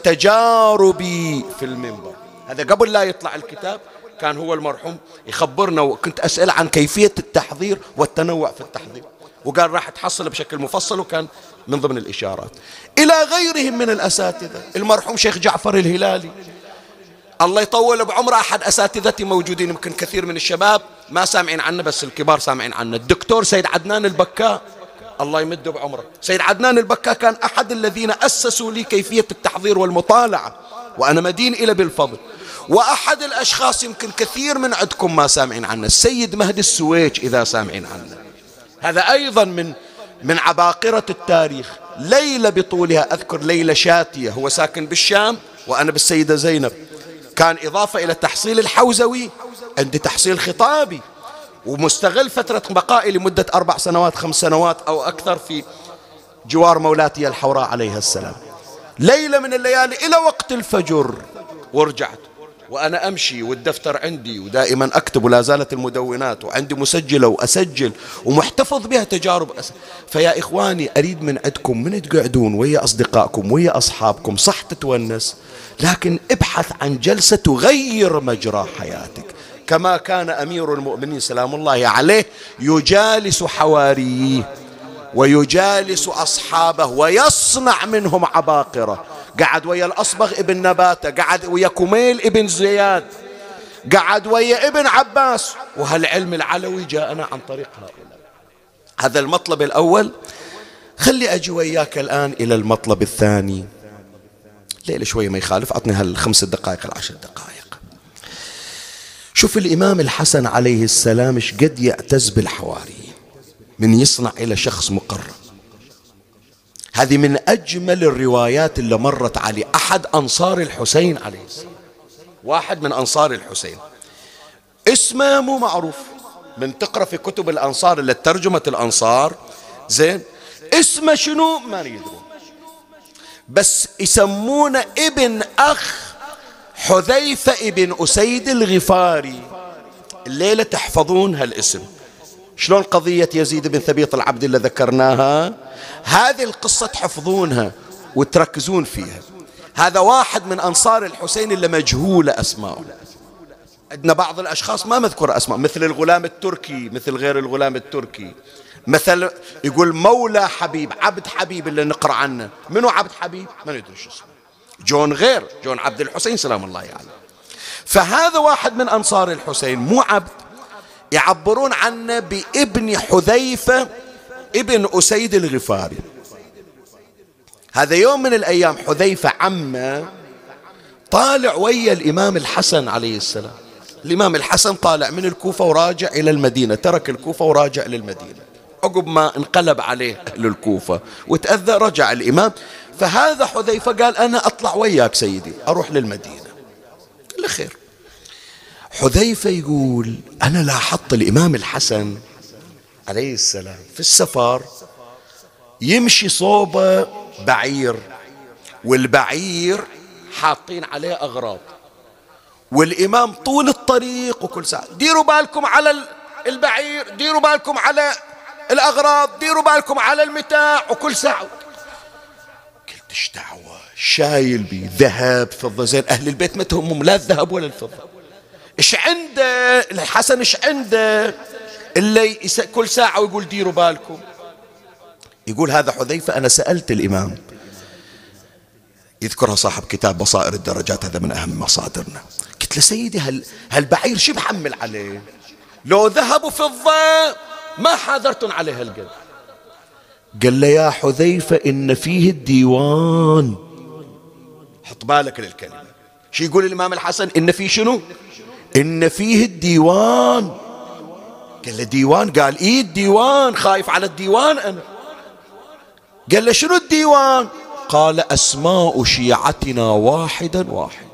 تجاربي في المنبر. هذا قبل لا يطلع الكتاب كان هو المرحوم يخبرنا، وكنت أسأل عن كيفية التحضير والتنوع في التحضير، وقال راح تحصل بشكل مفصل، وكان من ضمن الإشارات. إلى غيرهم من الأساتذة المرحوم شيخ جعفر الهلالي الله يطول بعمره، أحد أساتذتي موجودين، يمكن كثير من الشباب ما سامعين عنه بس الكبار سامعين عنه. الدكتور سيد عدنان البكاء الله يمد بعمره. سيد عدنان البكاء كان أحد الذين أسسوا لي كيفية التحضير والمطالعة، وأنا مدين إلى بالفضل. وأحد الأشخاص يمكن كثير من عندكم ما سامعين عنه السيد مهدي السويج إذا سامعين عنه. هذا أيضا من من عباقرة التاريخ. ليلة بطولها أذكر ليلة شاتية، هو ساكن بالشام وأنا بالسيدة زينب، كان إضافة إلى تحصيل الحوزوي عندي تحصيل خطابي، ومستغل فترة بقائي لمدة أربع سنوات خمس سنوات أو أكثر في جوار مولاتي الحوراء عليها السلام. ليلة من الليالي إلى وقت الفجر ورجعت وأنا أمشي والدفتر عندي ودائما أكتب، ولا زالت المدونات وعندي مسجلة وأسجل ومحتفظ بها تجارب أس... فيا إخواني أريد من عندكم من تقعدون ويا أصدقائكم ويا أصحابكم صح تتونس، لكن ابحث عن جلسة تغير مجرى حياتك، كما كان أمير المؤمنين سلام الله عليه يجالس حواريه ويجالس أصحابه ويصنع منهم عباقرة. قعد ويا الأصبغ ابن نباتة، قعد ويا كميل ابن زياد، قعد ويا ابن عباس، وهالعلم العلوي جاءنا عن طريق هؤلاء. هذا المطلب الأول. خلي أجي وياك الآن إلى المطلب الثاني. ليلة شوية ما يخالف، عطني هالخمس دقائق العشر دقائق. شوف الإمام الحسن عليه السلام ايش قد يعتز بالحواريين، من يصنع إلى شخص مقرب. هذه من أجمل الروايات اللي مرت علي. أحد أنصار الحسين عليه السلام، واحد من أنصار الحسين، اسمه مو معروف، من تقرأ في كتب الأنصار اللي ترجمة الأنصار زين، اسمه شنو ما يدرون، بس يسمونه ابن أخ حذيفة ابن أسيد الغفاري. الليلة تحفظون هالاسم. شلون قضية يزيد بن ثبيط العبد اللي ذكرناها، هذه القصة تحفظونها وتركزون فيها. هذا واحد من أنصار الحسين اللي مجهولة أسماءه. عندنا بعض الأشخاص ما مذكور أسماء، مثل الغلام التركي، مثل غير الغلام التركي، مثل يقول مولى حبيب، عبد حبيب اللي نقرأ عنه. منو عبد حبيب؟ ما ندري شو اسمه. جون غير جون عبد الحسين سلام الله عليه يعني. فهذا واحد من أنصار الحسين، مو عبد، يعبرون عنه بابن حذيفة ابن أسيد الغفاري. هذا يوم من الأيام حذيفة عمه طالع ويا الإمام الحسن عليه السلام. الإمام الحسن طالع من الكوفة وراجع إلى المدينة، ترك الكوفة وراجع للمدينة عقب ما انقلب عليه أهل الكوفة وتأذى، رجع الإمام. فهذا حذيفة قال أنا أطلع وياك سيدي أروح للمدينة. قال خير. حذيفة يقول أنا لاحظت الإمام الحسن عليه السلام في السفر يمشي صوبه بعير، والبعير حاطين عليه أغراض، والإمام طول الطريق وكل ساعة ديروا بالكم على البعير، ديروا بالكم على الأغراض، ديروا بالكم على المتاع، وكل ساعة. قلت ايش دعوة، شايل بي ذهب فضة، زين أهل البيت ما تهمهم لا الذهب ولا الفضة، ايش عنده الحسن، ايش عنده اللي كل ساعة ويقول ديروا بالكم. يقول هذا حذيفة أنا سألت الإمام، يذكرها صاحب كتاب بصائر الدرجات، هذا من أهم مصادرنا. قلت له سيدي هل هالبعير شو بحمل عليه؟ لو ذهب وفضة ما حاذرتن عليه هالقد. قال له يا حذيفة إن فيه الديوان. حط بالك للكلمة، شو يقول الإمام الحسن؟ إن فيه شنو؟ إن فيه الديوان. قال له ديوان؟ قال إيه الديوان، خايف على الديوان أنا. قال له شنو الديوان؟ قال أسماء شيعتنا واحدا واحدا.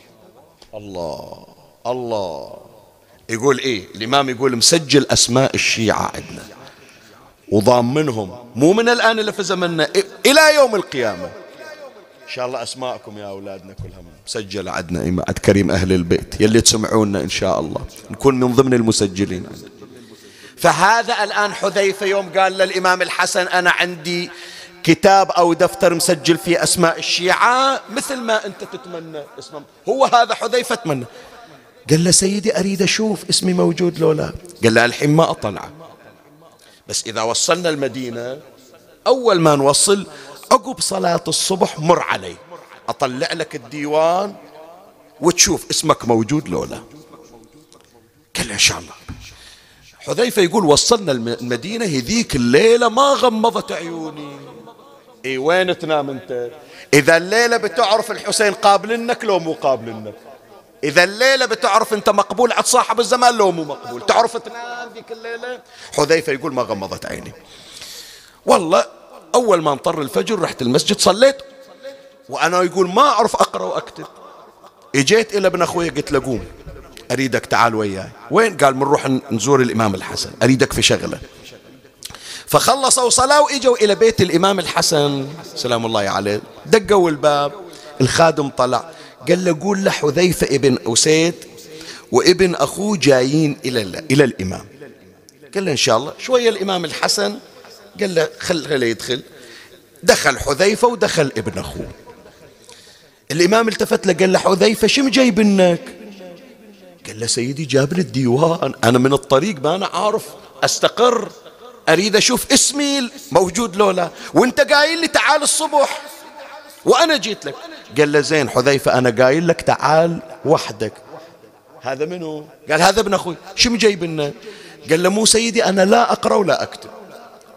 الله الله. يقول إيه الإمام؟ يقول مسجل أسماء الشيعة عندنا وضامنهم، مو من الآن إلا في زمننا إلى يوم القيامة. إن شاء الله أسماءكم يا أولادنا كلها مسجلة عندنا عند كريم أهل البيت، يلي تسمعونا إن شاء الله نكون من ضمن المسجلين. فهذا الآن حذيفة يوم قال للإمام الحسن أنا عندي كتاب أو دفتر مسجل فيه أسماء الشيعة مثل ما أنت تتمنى اسمه، هو هذا حذيفة تمنى. قال له سيدي أريد أشوف اسمي موجود لو لا. قال له الحين ما أطلع، بس إذا وصلنا المدينة أول ما نوصل عقب صلاة الصبح مر علي أطلع لك الديوان وتشوف اسمك موجود لو لا. قال له إن شاء الله. حذيفة يقول وصلنا المدينة هذيك الليلة ما غمضت عيوني. اي وين تنام انت؟ اذا الليلة بتعرف الحسين قابلنك لو مو قابلنك، اذا الليلة بتعرف انت مقبول عند صاحب الزمان لو مو مقبول، تعرف تنام ذيك الليلة. حذيفة يقول ما غمضت عيني. والله اول ما انطر الفجر رحت المسجد صليت، وانا يقول ما اعرف اقرأ واكتب. اجيت الى ابن اخوي قلت له قوم اريدك تعال وياي. وين؟ قال بنروح نزور الامام الحسن، اريدك في شغله. فخلصوا صلاة واجوا الى بيت الامام الحسن سلام الله عليه، دقوا الباب، الخادم طلع قال له قول له حذيفة ابن أسيد وابن اخوه جايين الى الى الامام. قال له ان شاء الله. شويه الامام الحسن قال له خله يدخل. دخل حذيفة ودخل ابن اخوه. الامام التفت له قال له حذيفة شو جايبنك؟ قال له سيدي جابني الديوان، أنا من الطريق ما أنا عارف أستقر، أريد أشوف اسمي موجود لولا، وأنت قايل لي تعال الصبح وأنا جيت لك. قال له زين حذيفة أنا قايل لك تعال وحدك. هذا منو؟ قال هذا ابن أخوي. شو مجيبنا؟ قال له مو سيدي أنا لا أقرأ ولا أكتب،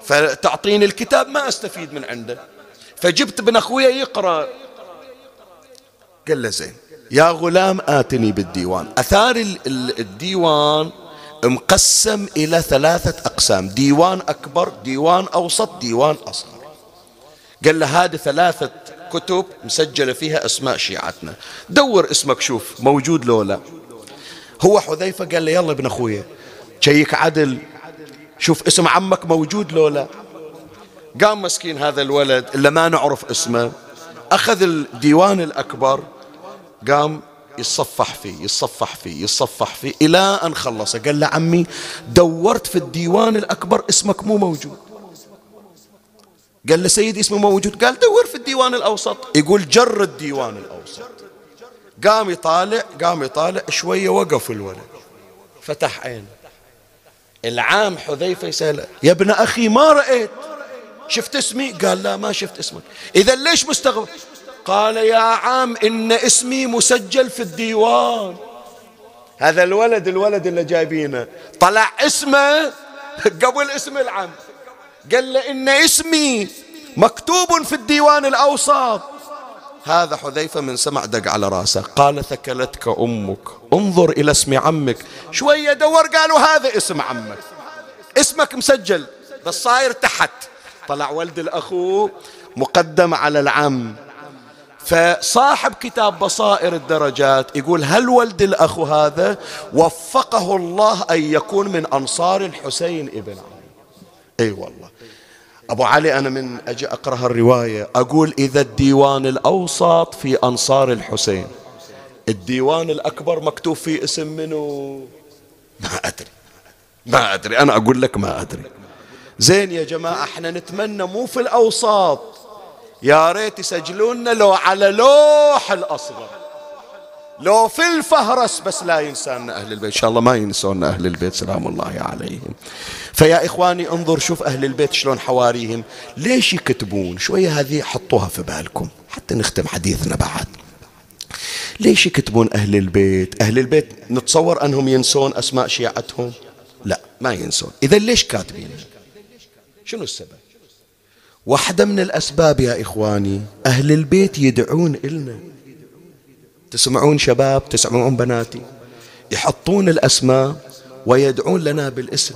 فتعطيني الكتاب ما أستفيد من عنده، فجبت ابن أخوي يقرأ. قال له زين يا غلام آتني بالديوان. أثار الديوان مقسم إلى ثلاثة أقسام، ديوان أكبر، ديوان أوسط، ديوان أصغر. قال له هذه ثلاثة كتب مسجلة فيها أسماء شيعتنا، دور اسمك شوف موجود لو لا. هو حذيفة قال له يلا ابن أخويا شيك عدل شوف اسم عمك موجود لو لا. قام مسكين هذا الولد اللي ما نعرف اسمه، أخذ الديوان الأكبر قام يتصفح فيه يتصفح فيه يتصفح فيه إلى أن خلص. قال له عمي دورت في الديوان الأكبر اسمك مو موجود. قال له سيدي اسمه موجود. قال دور في الديوان الأوسط. يقول جر الديوان الأوسط. قام يطالع قام يطالع شوية وقف الولد فتح عينه. العام حذيفة يسأله يا ابن أخي ما رأيت شفت اسمي؟ قال لا ما شفت اسمك. إذا ليش مستغرب؟ قال يا عام إن اسمي مسجل في الديوان. هذا الولد الولد اللي جايبينه طلع اسمه قبل اسم العم. قال له إن اسمي مكتوب في الديوان الأوسط. هذا حذيفة من سمع دق على راسه. قال ثكلتك أمك انظر إلى اسم عمك. شوية دور قالوا هذا اسم عمك اسمك مسجل بس صاير تحت. طلع ولد الأخو مقدم على العم. فصاحب كتاب بصائر الدرجات يقول هل ولد الأخو هذا وفقه الله أن يكون من أنصار الحسين ابن علي. أي والله أبو علي أنا من أجي أقرأ الرواية أقول إذا الديوان الأوسط في أنصار الحسين، الديوان الأكبر مكتوب فيه اسم منه ما أدري ما أدري أنا أقول لك ما أدري. زين يا جماعة احنا نتمنى مو في الأوساط، يا ريت يسجلونا لو على لوح الأصغر لو في الفهرس بس لا ينسانا أهل البيت. إن شاء الله ما ينسونا أهل البيت سلام الله عليهم. فيا إخواني انظر شوف أهل البيت شلون حواريهم ليش يكتبون. شوية هذه حطوها في بالكم حتى نختم حديثنا بعد. ليش يكتبون أهل البيت؟ أهل البيت نتصور أنهم ينسون أسماء شيعتهم؟ لا ما ينسون. إذا ليش كاتبين؟ شنو السبب؟ واحدة من الأسباب يا إخواني أهل البيت يدعون إلنا. تسمعون شباب تسمعون بناتي يحطون الأسماء ويدعون لنا بالاسم.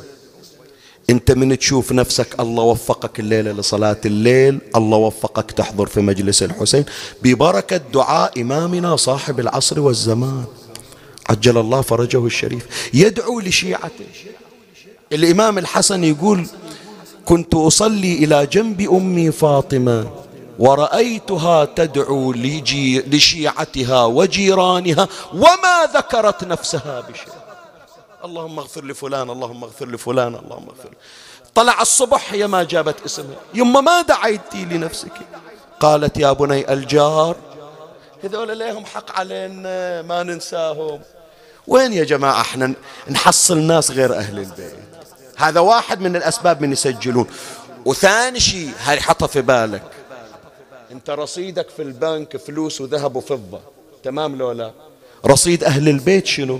أنت من تشوف نفسك الله وفقك الليلة لصلاة الليل، الله وفقك تحضر في مجلس الحسين ببركة دعاء إمامنا صاحب العصر والزمان عجل الله فرجه الشريف، يدعو لشيعته. الإمام الحسن يقول كنت أصلي إلى جنب أمي فاطمة ورأيتها تدعو لجي لشيعتها وجيرانها وما ذكرت نفسها بشيء. اللهم اغفر لفلان اللهم اغفر لفلان اللهم اغفر. طلع الصبح هي ما جابت اسمها. يما ما دعيتي لنفسك؟ قالت يا بني الجار هذول ليهم حق علينا ما ننساهم. وين يا جماعة احنا نحصل ناس غير أهل البيت؟ هذا واحد من الأسباب من يسجلون. وثاني شيء هاي حطها في بالك، انت رصيدك في البنك فلوس وذهب وفضة تمام لو لا؟ رصيد أهل البيت شنو؟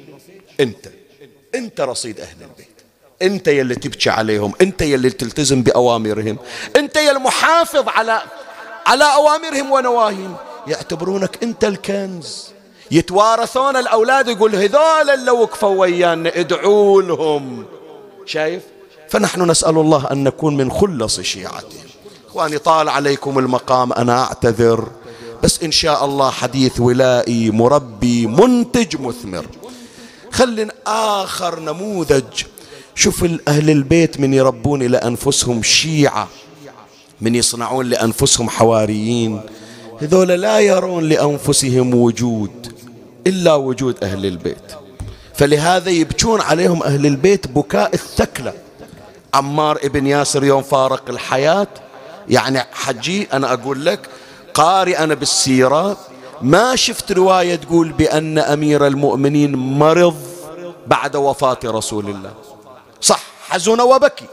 انت انت رصيد أهل البيت، انت يلي تبكي عليهم، انت يلي تلتزم بأوامرهم، انت يلي محافظ على على أوامرهم ونواهيهم. يعتبرونك انت الكنز. يتوارثون الأولاد يقول هذول اللي وقفوا ويانا ادعوا لهم. شايف؟ فنحن نسأل الله أن نكون من خلص شيعتهم. إخواني طال عليكم المقام أنا أعتذر، بس إن شاء الله حديث ولائي مربي منتج مثمر. خلنا آخر نموذج. شوف أهل البيت من يربون إلى أنفسهم شيعة، من يصنعون لأنفسهم حواريين، هذول لا يرون لأنفسهم وجود إلا وجود أهل البيت، فلهذا يبكون عليهم أهل البيت بكاء الثكلى. عمار ابن ياسر يوم فارق الحياة يعني حجي أنا أقول لك قارئ أنا بالسيرة ما شفت رواية تقول بأن أمير المؤمنين مرض بعد وفاة رسول الله، صح حزن وبكي،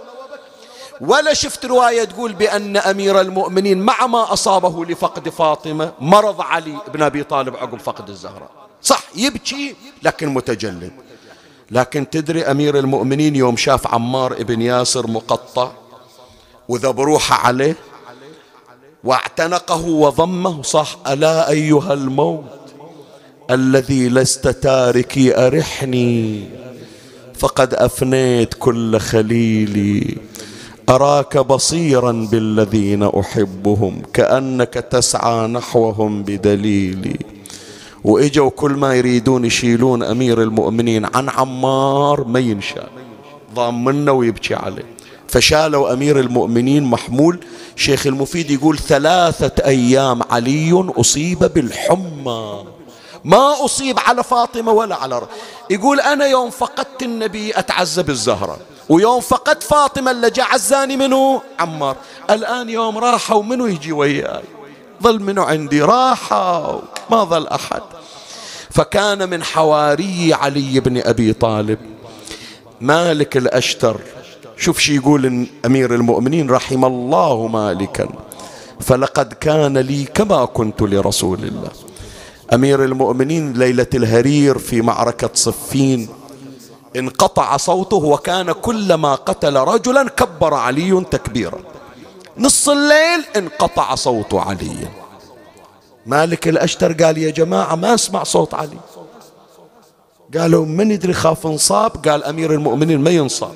ولا شفت رواية تقول بأن أمير المؤمنين مع ما أصابه لفقد فاطمة مرض علي بن أبي طالب عقب فقد الزهراء، صح يبكي لكن متجلد. لكن تدري أمير المؤمنين يوم شاف عمار ابن ياسر مقطع وذبروحه عليه واعتنقه وضمه. صح: ألا أيها الموت الذي لست تاركي أرحني، فقد أفنيت كل خليلي، أراك بصيرا بالذين أحبهم، كأنك تسعى نحوهم بدليلي. وإجوا كل ما يريدون يشيلون أمير المؤمنين عن عمار ما ينشال، ضامنه ويبكي عليه، فشالوا أمير المؤمنين محمول. شيخ المفيد يقول: ثلاثة أيام علي أصيب بالحمى، ما أصيب على فاطمة ولا على رأي. يقول: أنا يوم فقدت النبي أتعذب الزهرة، ويوم فقدت فاطمة اللي جاء عزاني منه عمار، الآن يوم راحوا منه يجي وياي، ظل منه عندي، راحوا ما ظل أحد. فكان من حواري علي بن أبي طالب مالك الأشتر. شوف شي يقول أمير المؤمنين: رحم الله مالكا فلقد كان لي كما كنت لرسول الله. أمير المؤمنين ليلة الهرير في معركة صفين انقطع صوته، وكان كلما قتل رجلا كبر علي تكبيرا. نص الليل انقطع صوت علي. مالك الأشتر قال: يا جماعة ما اسمع صوت علي. قالوا: من يدري خاف انصاب؟ قال: أمير المؤمنين ما ينصاب،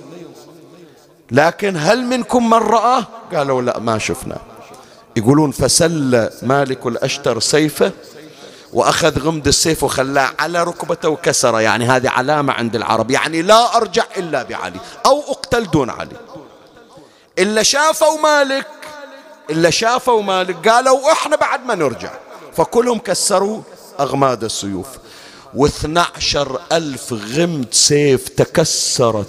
لكن هل منكم من رآه؟ قالوا: لا ما شفنا. يقولون: فسل مالك الأشتر سيفه وأخذ غمد السيف وخلاه على ركبته وكسره، يعني هذه علامة عند العرب، يعني لا أرجع إلا بعلي أو أقتل دون علي. إلا شافوا مالك إلا شافوا مالك قالوا: إحنا بعد ما نرجع. فكلهم كسروا أغماد السيوف، واثنى عشر ألف غمد سيف تكسرت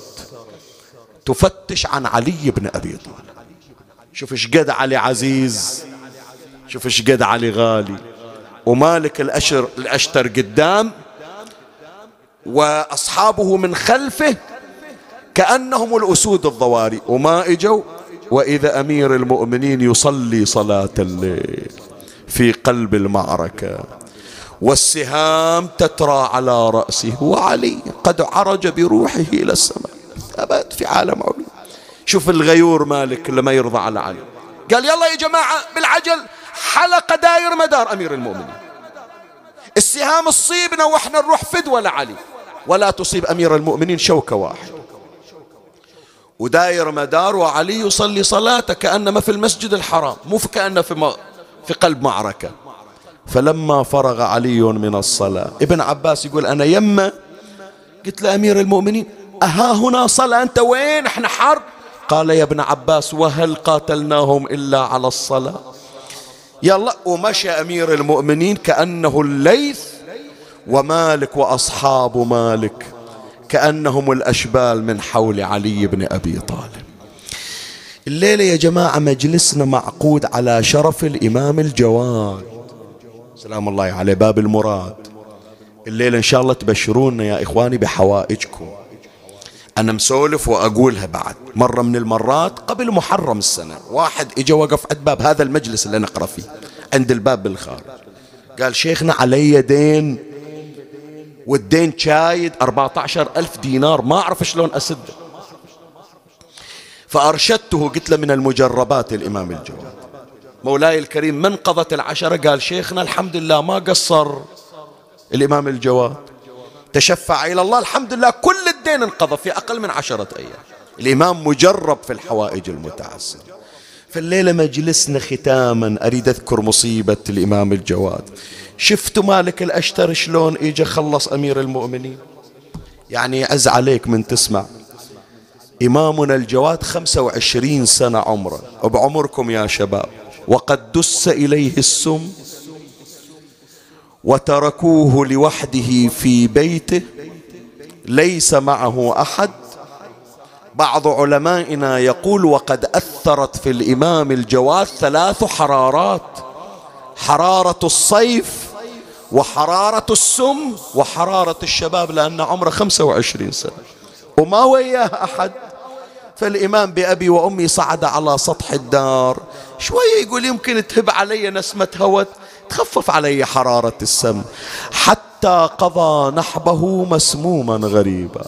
تفتش عن علي بن أبي طالب. شوف ايش قد علي عزيز، شوف ايش قد علي غالي. ومالك الأشر الأشتر قدام وأصحابه من خلفه كأنهم الأسود الضواري، وما إجوا وإذا أمير المؤمنين يصلي صلاة الليل في قلب المعركة، والسهام تترى على رأسه، وعلي قد عرج بروحه إلى السماء، ثبت في عالم علو. شوف الغيور مالك لما يرضى على علي، قال: يلا يا جماعة بالعجل، حلقة داير مدار أمير المؤمنين، السهام تصيبنا وإحنا نروح فدوى لعلي، ولا تصيب أمير المؤمنين شوكة واحد. وداير مدار، وعلي يصلي صلاته كأنما في المسجد الحرام، مو كأنه في, م... في قلب معركة. فلما فرغ علي من الصلاة، ابن عباس يقول: أنا يمه قلت لأمير المؤمنين: أها هنا صلاة؟ أنت وين؟ احنا حرب. قال: يا ابن عباس وهل قاتلناهم إلا على الصلاة؟ يلا. ومشى أمير المؤمنين كأنه الليث، ومالك وأصحاب مالك كأنهم الأشبال من حول علي بن أبي طالب. الليلة يا جماعة مجلسنا معقود على شرف الإمام الجواد سلام الله عليه، باب المراد. الليلة إن شاء الله تبشرونا يا إخواني بحوائجكم. أنا مسولف وأقولها بعد مرة من المرات قبل محرم السنة، واحد إجا وقف عند باب هذا المجلس اللي نقرأ فيه عند الباب بالخارج، قال: شيخنا علي دين، والدين شايد أربعة عشر ألف دينار، ما أعرف شلون أسده. فأرشدته، قلت له: من المجربات الإمام الجواد مولاي الكريم من قضت العشرة؟ قال: شيخنا الحمد لله ما قصر الإمام الجواد، تشفع إلى الله الحمد لله كل الدين انقضى في أقل من عشرة أيام. الإمام مجرب في الحوائج المتعسرة. فالليلة مجلسنا ختاما أريد أذكر مصيبة الإمام الجواد. شفتوا مالك الأشتر شلون إجا خلص أمير المؤمنين؟ يعني يعز عليك من تسمع. إمامنا الجواد خمسة وعشرين سنة عمره، وبعمركم يا شباب، وقد دس إليه السم وتركوه لوحده في بيته ليس معه أحد. بعض علمائنا يقول: وقد أثرت في الإمام الجواد ثلاث حرارات: حرارة الصيف، وحرارة السم، وحرارة الشباب، لأن عمره خمسة وعشرين سنة وما وياه أحد. فالإمام بأبي وأمي صعد على سطح الدار شوية، يقول: يمكن تهب علي نسمة هوت، تخفف علي حرارة السم، حتى قضى نحبه مسموما غريبا.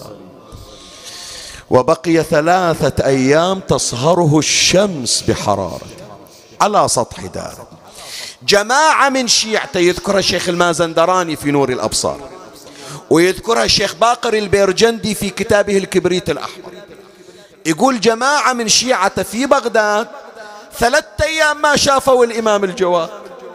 وبقي ثلاثة أيام تصهره الشمس بحرارة. على سطح داره. جماعة من شيعته يذكرها الشيخ المازندراني في نور الأبصار، ويذكرها الشيخ باقر البيرجندي في كتابه الكبريت الأحمر. يقول جماعة من شيعته في بغداد ثلاثة أيام ما شافوا الإمام الجواد،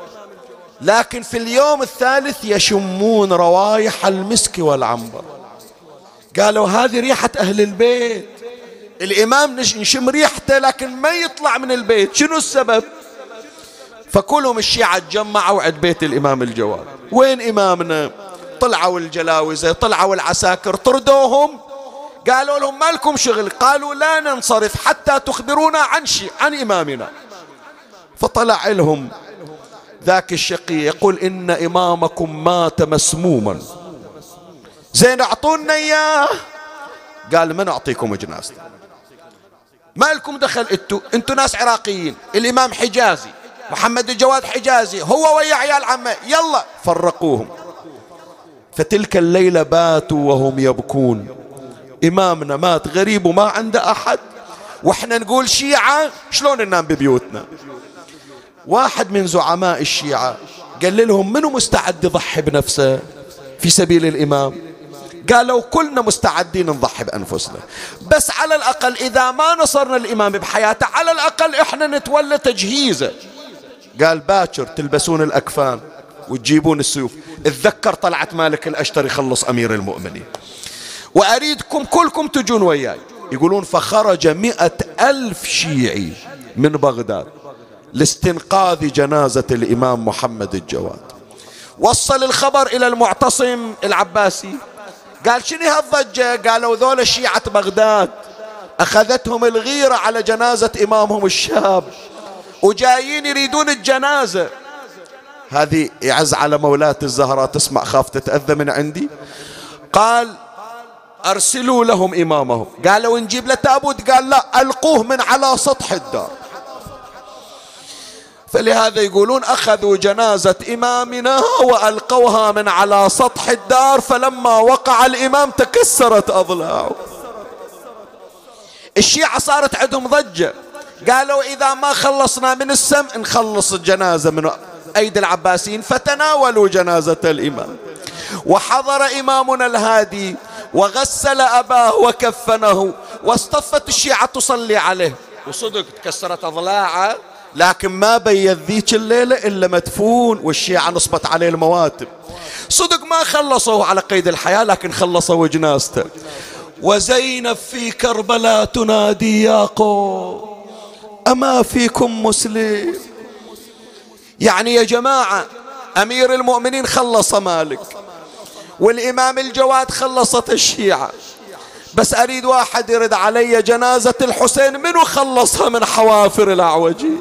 لكن في اليوم الثالث يشمون روايح المسك والعنبر. قالوا هذه ريحة أهل البيت، الإمام نشم ريحته لكن ما يطلع من البيت، شنو السبب؟ فكلهم الشيعة تجمعوا عند بيت الإمام الجواد. وين إمامنا؟ طلعوا الجلاوزة، طلعوا العساكر، طردوهم. قالوا لهم ما لكم شغل، قالوا لا ننصرف حتى تخبرونا عن شيء عن إمامنا. فطلع لهم ذاك الشقي يقول إن إمامكم مات مسموما، زين أعطونا إياه. قال من أعطيكم جنازته، ما لكم دخل، انتوا انتوا ناس عراقيين، الإمام حجازي، محمد الجواد حجازي، هو ويا عيال عمه، يلا فرقوهم. فتلك الليلة باتوا وهم يبكون، إمامنا مات غريب وما عنده أحد، وإحنا نقول شيعة شلون ننام ببيوتنا. واحد من زعماء الشيعة قال لهم منو مستعد يضحي بنفسه في سبيل الإمام؟ قالوا كلنا مستعدين نضحي بأنفسنا، بس على الأقل إذا ما نصرنا الإمام بحياته على الأقل إحنا نتولى تجهيزه. قال باكر تلبسون الأكفان وتجيبون السيوف. اتذكر طلعت مالك الأشتر يخلص أمير المؤمنين، وأريدكم كلكم تجون وياي. يقولون فخرج مئة ألف شيعي من بغداد لاستنقاذ جنازة الإمام محمد الجواد. وصل الخبر إلى المعتصم العباسي، قال شنو هالضجة؟ قالوا ذول شيعة بغداد أخذتهم الغيرة على جنازة إمامهم الشاب وجايين يريدون الجنازة. هذه يعز على مولاة الزهراء تسمع خاف تتأذى من عندي. قال أرسلوا لهم إمامهم. قالوا نجيب له تابوت، قال لا ألقوه من على سطح الدار. فلهذا يقولون أخذوا جنازة إمامنا وألقوها من على سطح الدار، فلما وقع الإمام تكسرت أضلاعه. الشيعة صارت عندهم ضجة، قالوا إذا ما خلصنا من السم نخلص الجنازة من أيدي العباسيين. فتناولوا جنازة الإمام، وحضر إمامنا الهادي وغسل أباه وكفنه، واصطفت الشيعة تصلي عليه. وصدق تكسرت أضلاعه، لكن ما بيت ذيك الليلة إلا مدفون، والشيعة نصبت عليه المواتب. صدق ما خلصوا على قيد الحياة، لكن خلصوا جنازته. وزينب في كربلاء تنادي يا قوم أما فيكم مسلم. يعني يا جماعة أمير المؤمنين خلص مالك، والإمام الجواد خلصت الشيعة، بس أريد واحد يرد علي جنازة الحسين منو خلصها من حوافر الأعوجي؟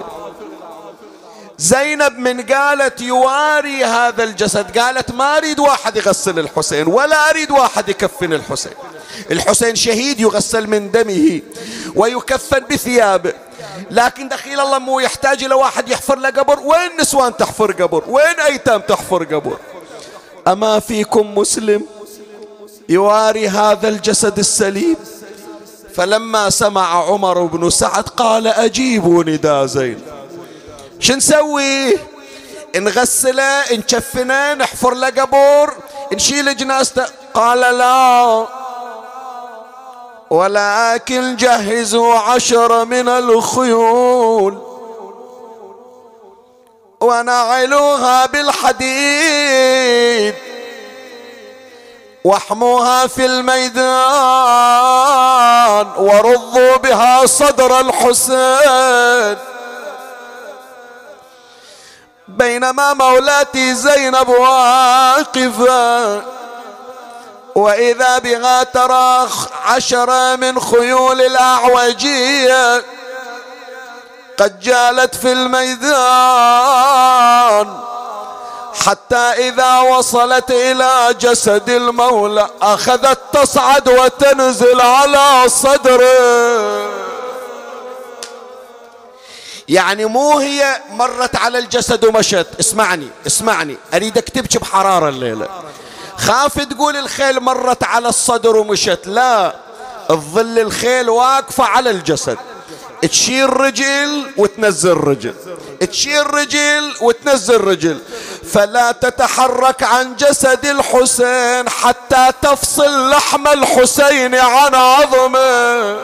زينب من قالت يواري هذا الجسد، قالت ما أريد واحد يغسل الحسين ولا أريد واحد يكفن الحسين. الحسين شهيد يغسل من دمه ويكفن بثيابه، لكن دخيل الله مو يحتاج إلى واحد يحفر له قبر. وين نسوان تحفر قبر؟ وين أيتام تحفر قبر؟ أما فيكم مسلم يواري هذا الجسد السليم؟ فلما سمع عمر بن سعد قال أجيبوا نداء زين. شو نسوي؟ نغسله، نكفنه، نحفر له قبر، نشيل جنازته؟ قال لا، ولكن جهزوا عشر من الخيول ونعلوها بالحديد واحموها في الميدان ورضوا بها صدر الحسين. بينما مولاتي زينب واقفة وإذا بها ترى عشرة من خيول الأعوجية قد جالت في الميدان، حتى إذا وصلت إلى جسد المولى أخذت تصعد وتنزل على صدره. يعني مو هي مرت على الجسد ومشت. اسمعني اسمعني أريدك تبكي بحرارة الليلة، خاف تقول الخيل مرت على الصدر ومشت، لا، الظل الخيل واقفة على الجسد. تشيل رجل وتنزل رجل، تشيل رجل وتنزل رجل، فلا تتحرك عن جسد الحسين حتى تفصل لحم الحسين عن عظمه.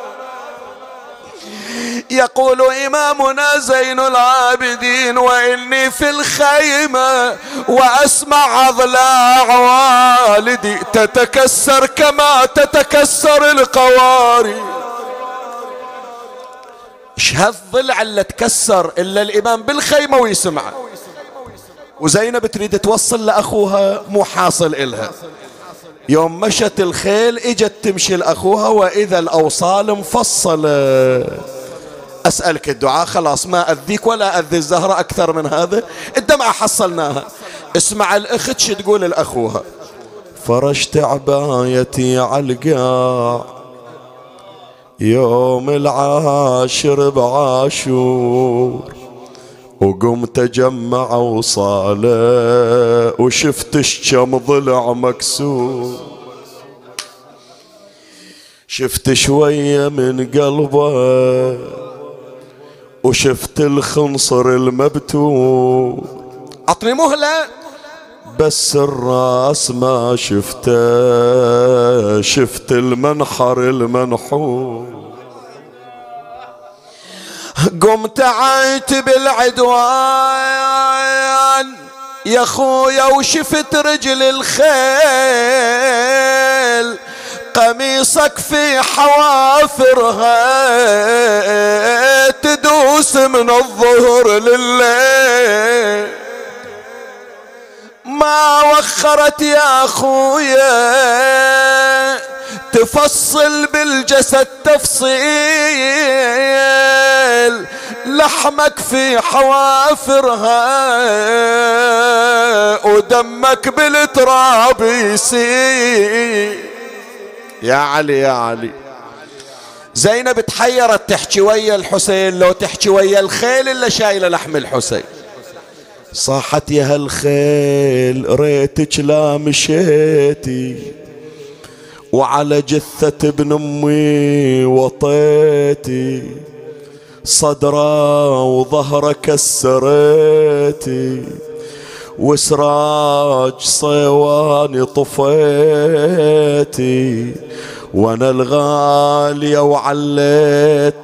يقول إمامنا زين العابدين: وإني في الخيمة وأسمع أضلاع والدي تتكسر كما تتكسر القواري. ايش هالضلع اللي تكسر إلا الإمام بالخيمة ويسمعه، وزينب تريد توصل لأخوها مو حاصل إلها. يوم مشت الخيل اجت تمشي لأخوها وإذا الأوصال مفصلة. أسألك الدعاء خلاص ما أذيك ولا أذي الزهرة أكثر من هذا، الدمعة حصلناها. اسمع الأخت شو تقول لأخوها: فرشت عبايتي عالقاع يوم العاشر بعاشور، وقمت أجمع أوصاله وشفت الشم ضلع مكسور، شفت شوية من قلبه وشفت الخنصر المبتور. عطني مهلة بس الراس ما شفته، شفت المنحر المنحور. قمت عيت بالعدوان يا خويا وشفت رجل الخيل، قميصك في حوافرها تدوس من الظهر لليل. ما وخرت يا خويا تفصل بالجسد تفصيل، لحمك في حوافرها ودمك بالتراب يسيل. يا علي يا علي. زينب تحيرت تحكي ويا الحسين لو تحكي ويا الخيل اللي شايله لحم الحسين. صاحت يا هالخيل ريتك لا مشيتي، وعلى جثة ابن امي وطيتي، صدره وظهره كسريتي، وسراج صيواني طفيتي، وانا الغالية وعليت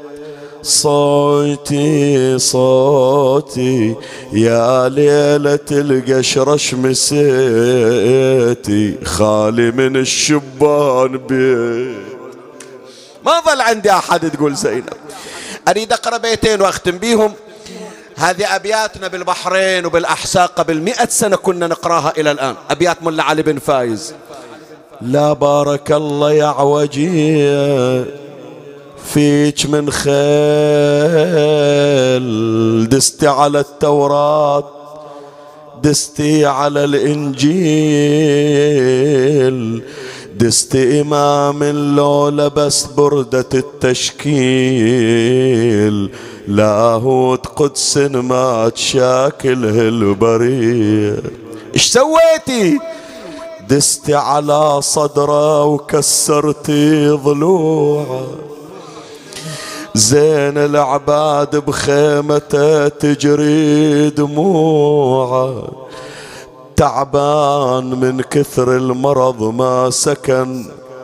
صوتي صوتي، يا ليلة القشرش مسيتي، خالي من الشبان بيت. ما ظل عندي احد تقول زينب. اريد اقرا بيتين واختم بيهم. هذه أبياتنا بالبحرين وبالأحساء قبل مئة سنة كنا نقراها إلى الآن، أبيات ملا علي بن فايز. لا بارك الله يا عوجية فيك من خيل، دستي على التوراة دستي على الإنجيل، دستي إمام لو لبس بردة التشكيل، لاهوت قدس ما تشاكله البرية. ايش سويتي؟ دستي على صدره وكسرتي ضلوعه، زين العباد بخيمته تجري دموعه، تعبان من كثر المرض ما سكن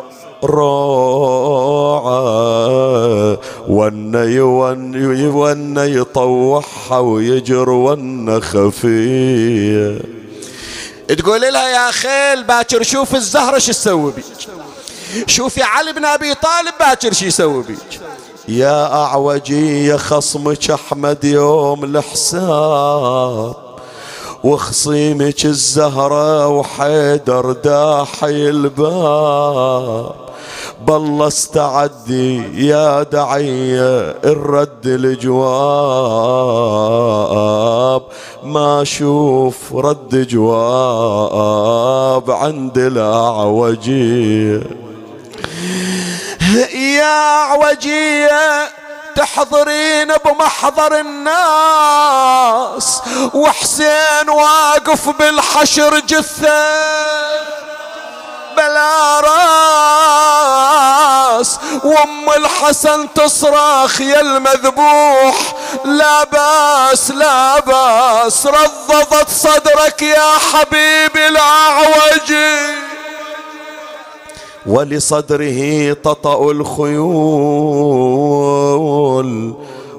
روعه، ون ون يطوحها ويجر ون خفيه. تقول لها يا خيل باكر شوف الزهرة شو تسوي بيك، شوفي علي بن ابي طالب باكر شو يسوي بيك. يا اعوجي يا خصمك احمد يوم الحساب، وخصيمك الزهرة وحيدر داحي الباب، بالله استعدي يا دعية الرد الجواب، ما شوف رد جواب عند الأعوجية. يا أعوجية تحضرين بمحضر الناس، وحسين واقف بالحشر جثة الأراس، وام الحسن تصرخ يا المذبوح لا باس لا باس، رضضت صدرك يا حبيبي الأعوج، ولصدره تطأ الخيول،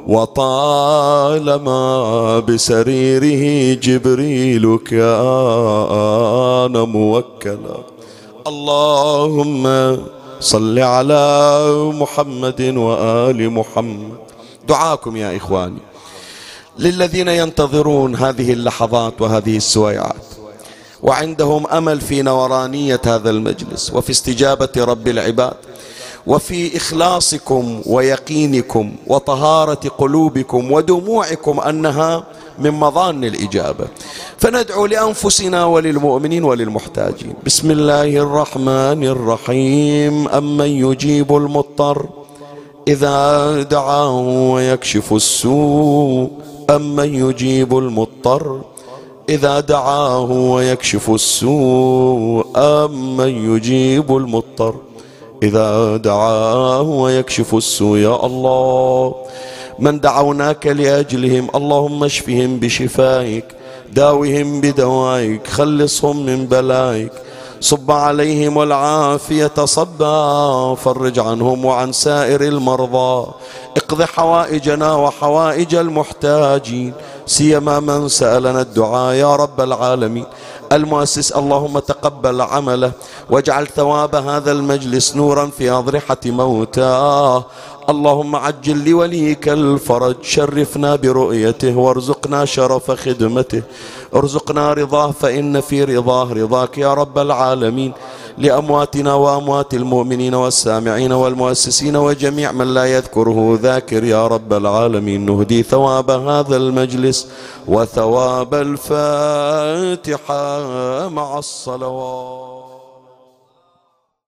وطالما بسريره جبريل كان موكلا. اللهم صل على محمد وآل محمد. دعاكم يا إخواني للذين ينتظرون هذه اللحظات وهذه السويعات وعندهم أمل في نورانية هذا المجلس وفي استجابة رب العباد وفي إخلاصكم ويقينكم وطهارة قلوبكم ودموعكم أنها من مظان الإجابة، فندعو لأنفسنا وللمؤمنين وللمحتاجين. بسم الله الرحمن الرحيم. أمن يجيب المضطر إذا دعاه ويكشف السوء، أمن يجيب المضطر إذا دعاه ويكشف السوء، أمن يجيب المضطر إذا دعاه ويكشف السوء. يا الله من دعوناك لأجلهم اللهم اشفهم بشفائك، داوهم بدوائك، خلصهم من بلائك، صب عليهم العافية صبا، فرج عنهم وعن سائر المرضى، اقض حوائجنا وحوائج المحتاجين، سيما من سألنا الدعاء يا رب العالمين. المؤسس اللهم تقبل عمله واجعل ثواب هذا المجلس نورا في أضرحة موتاه. اللهم عجل لوليك الفرج، شرفنا برؤيته وارزقنا شرف خدمته، ارزقنا رضاه فإن في رضاه رضاك يا رب العالمين. لأمواتنا وأموات المؤمنين والسامعين والمؤسسين وجميع من لا يذكره ذاكر يا رب العالمين، نهدي ثواب هذا المجلس وثواب الفاتحة مع الصلوات.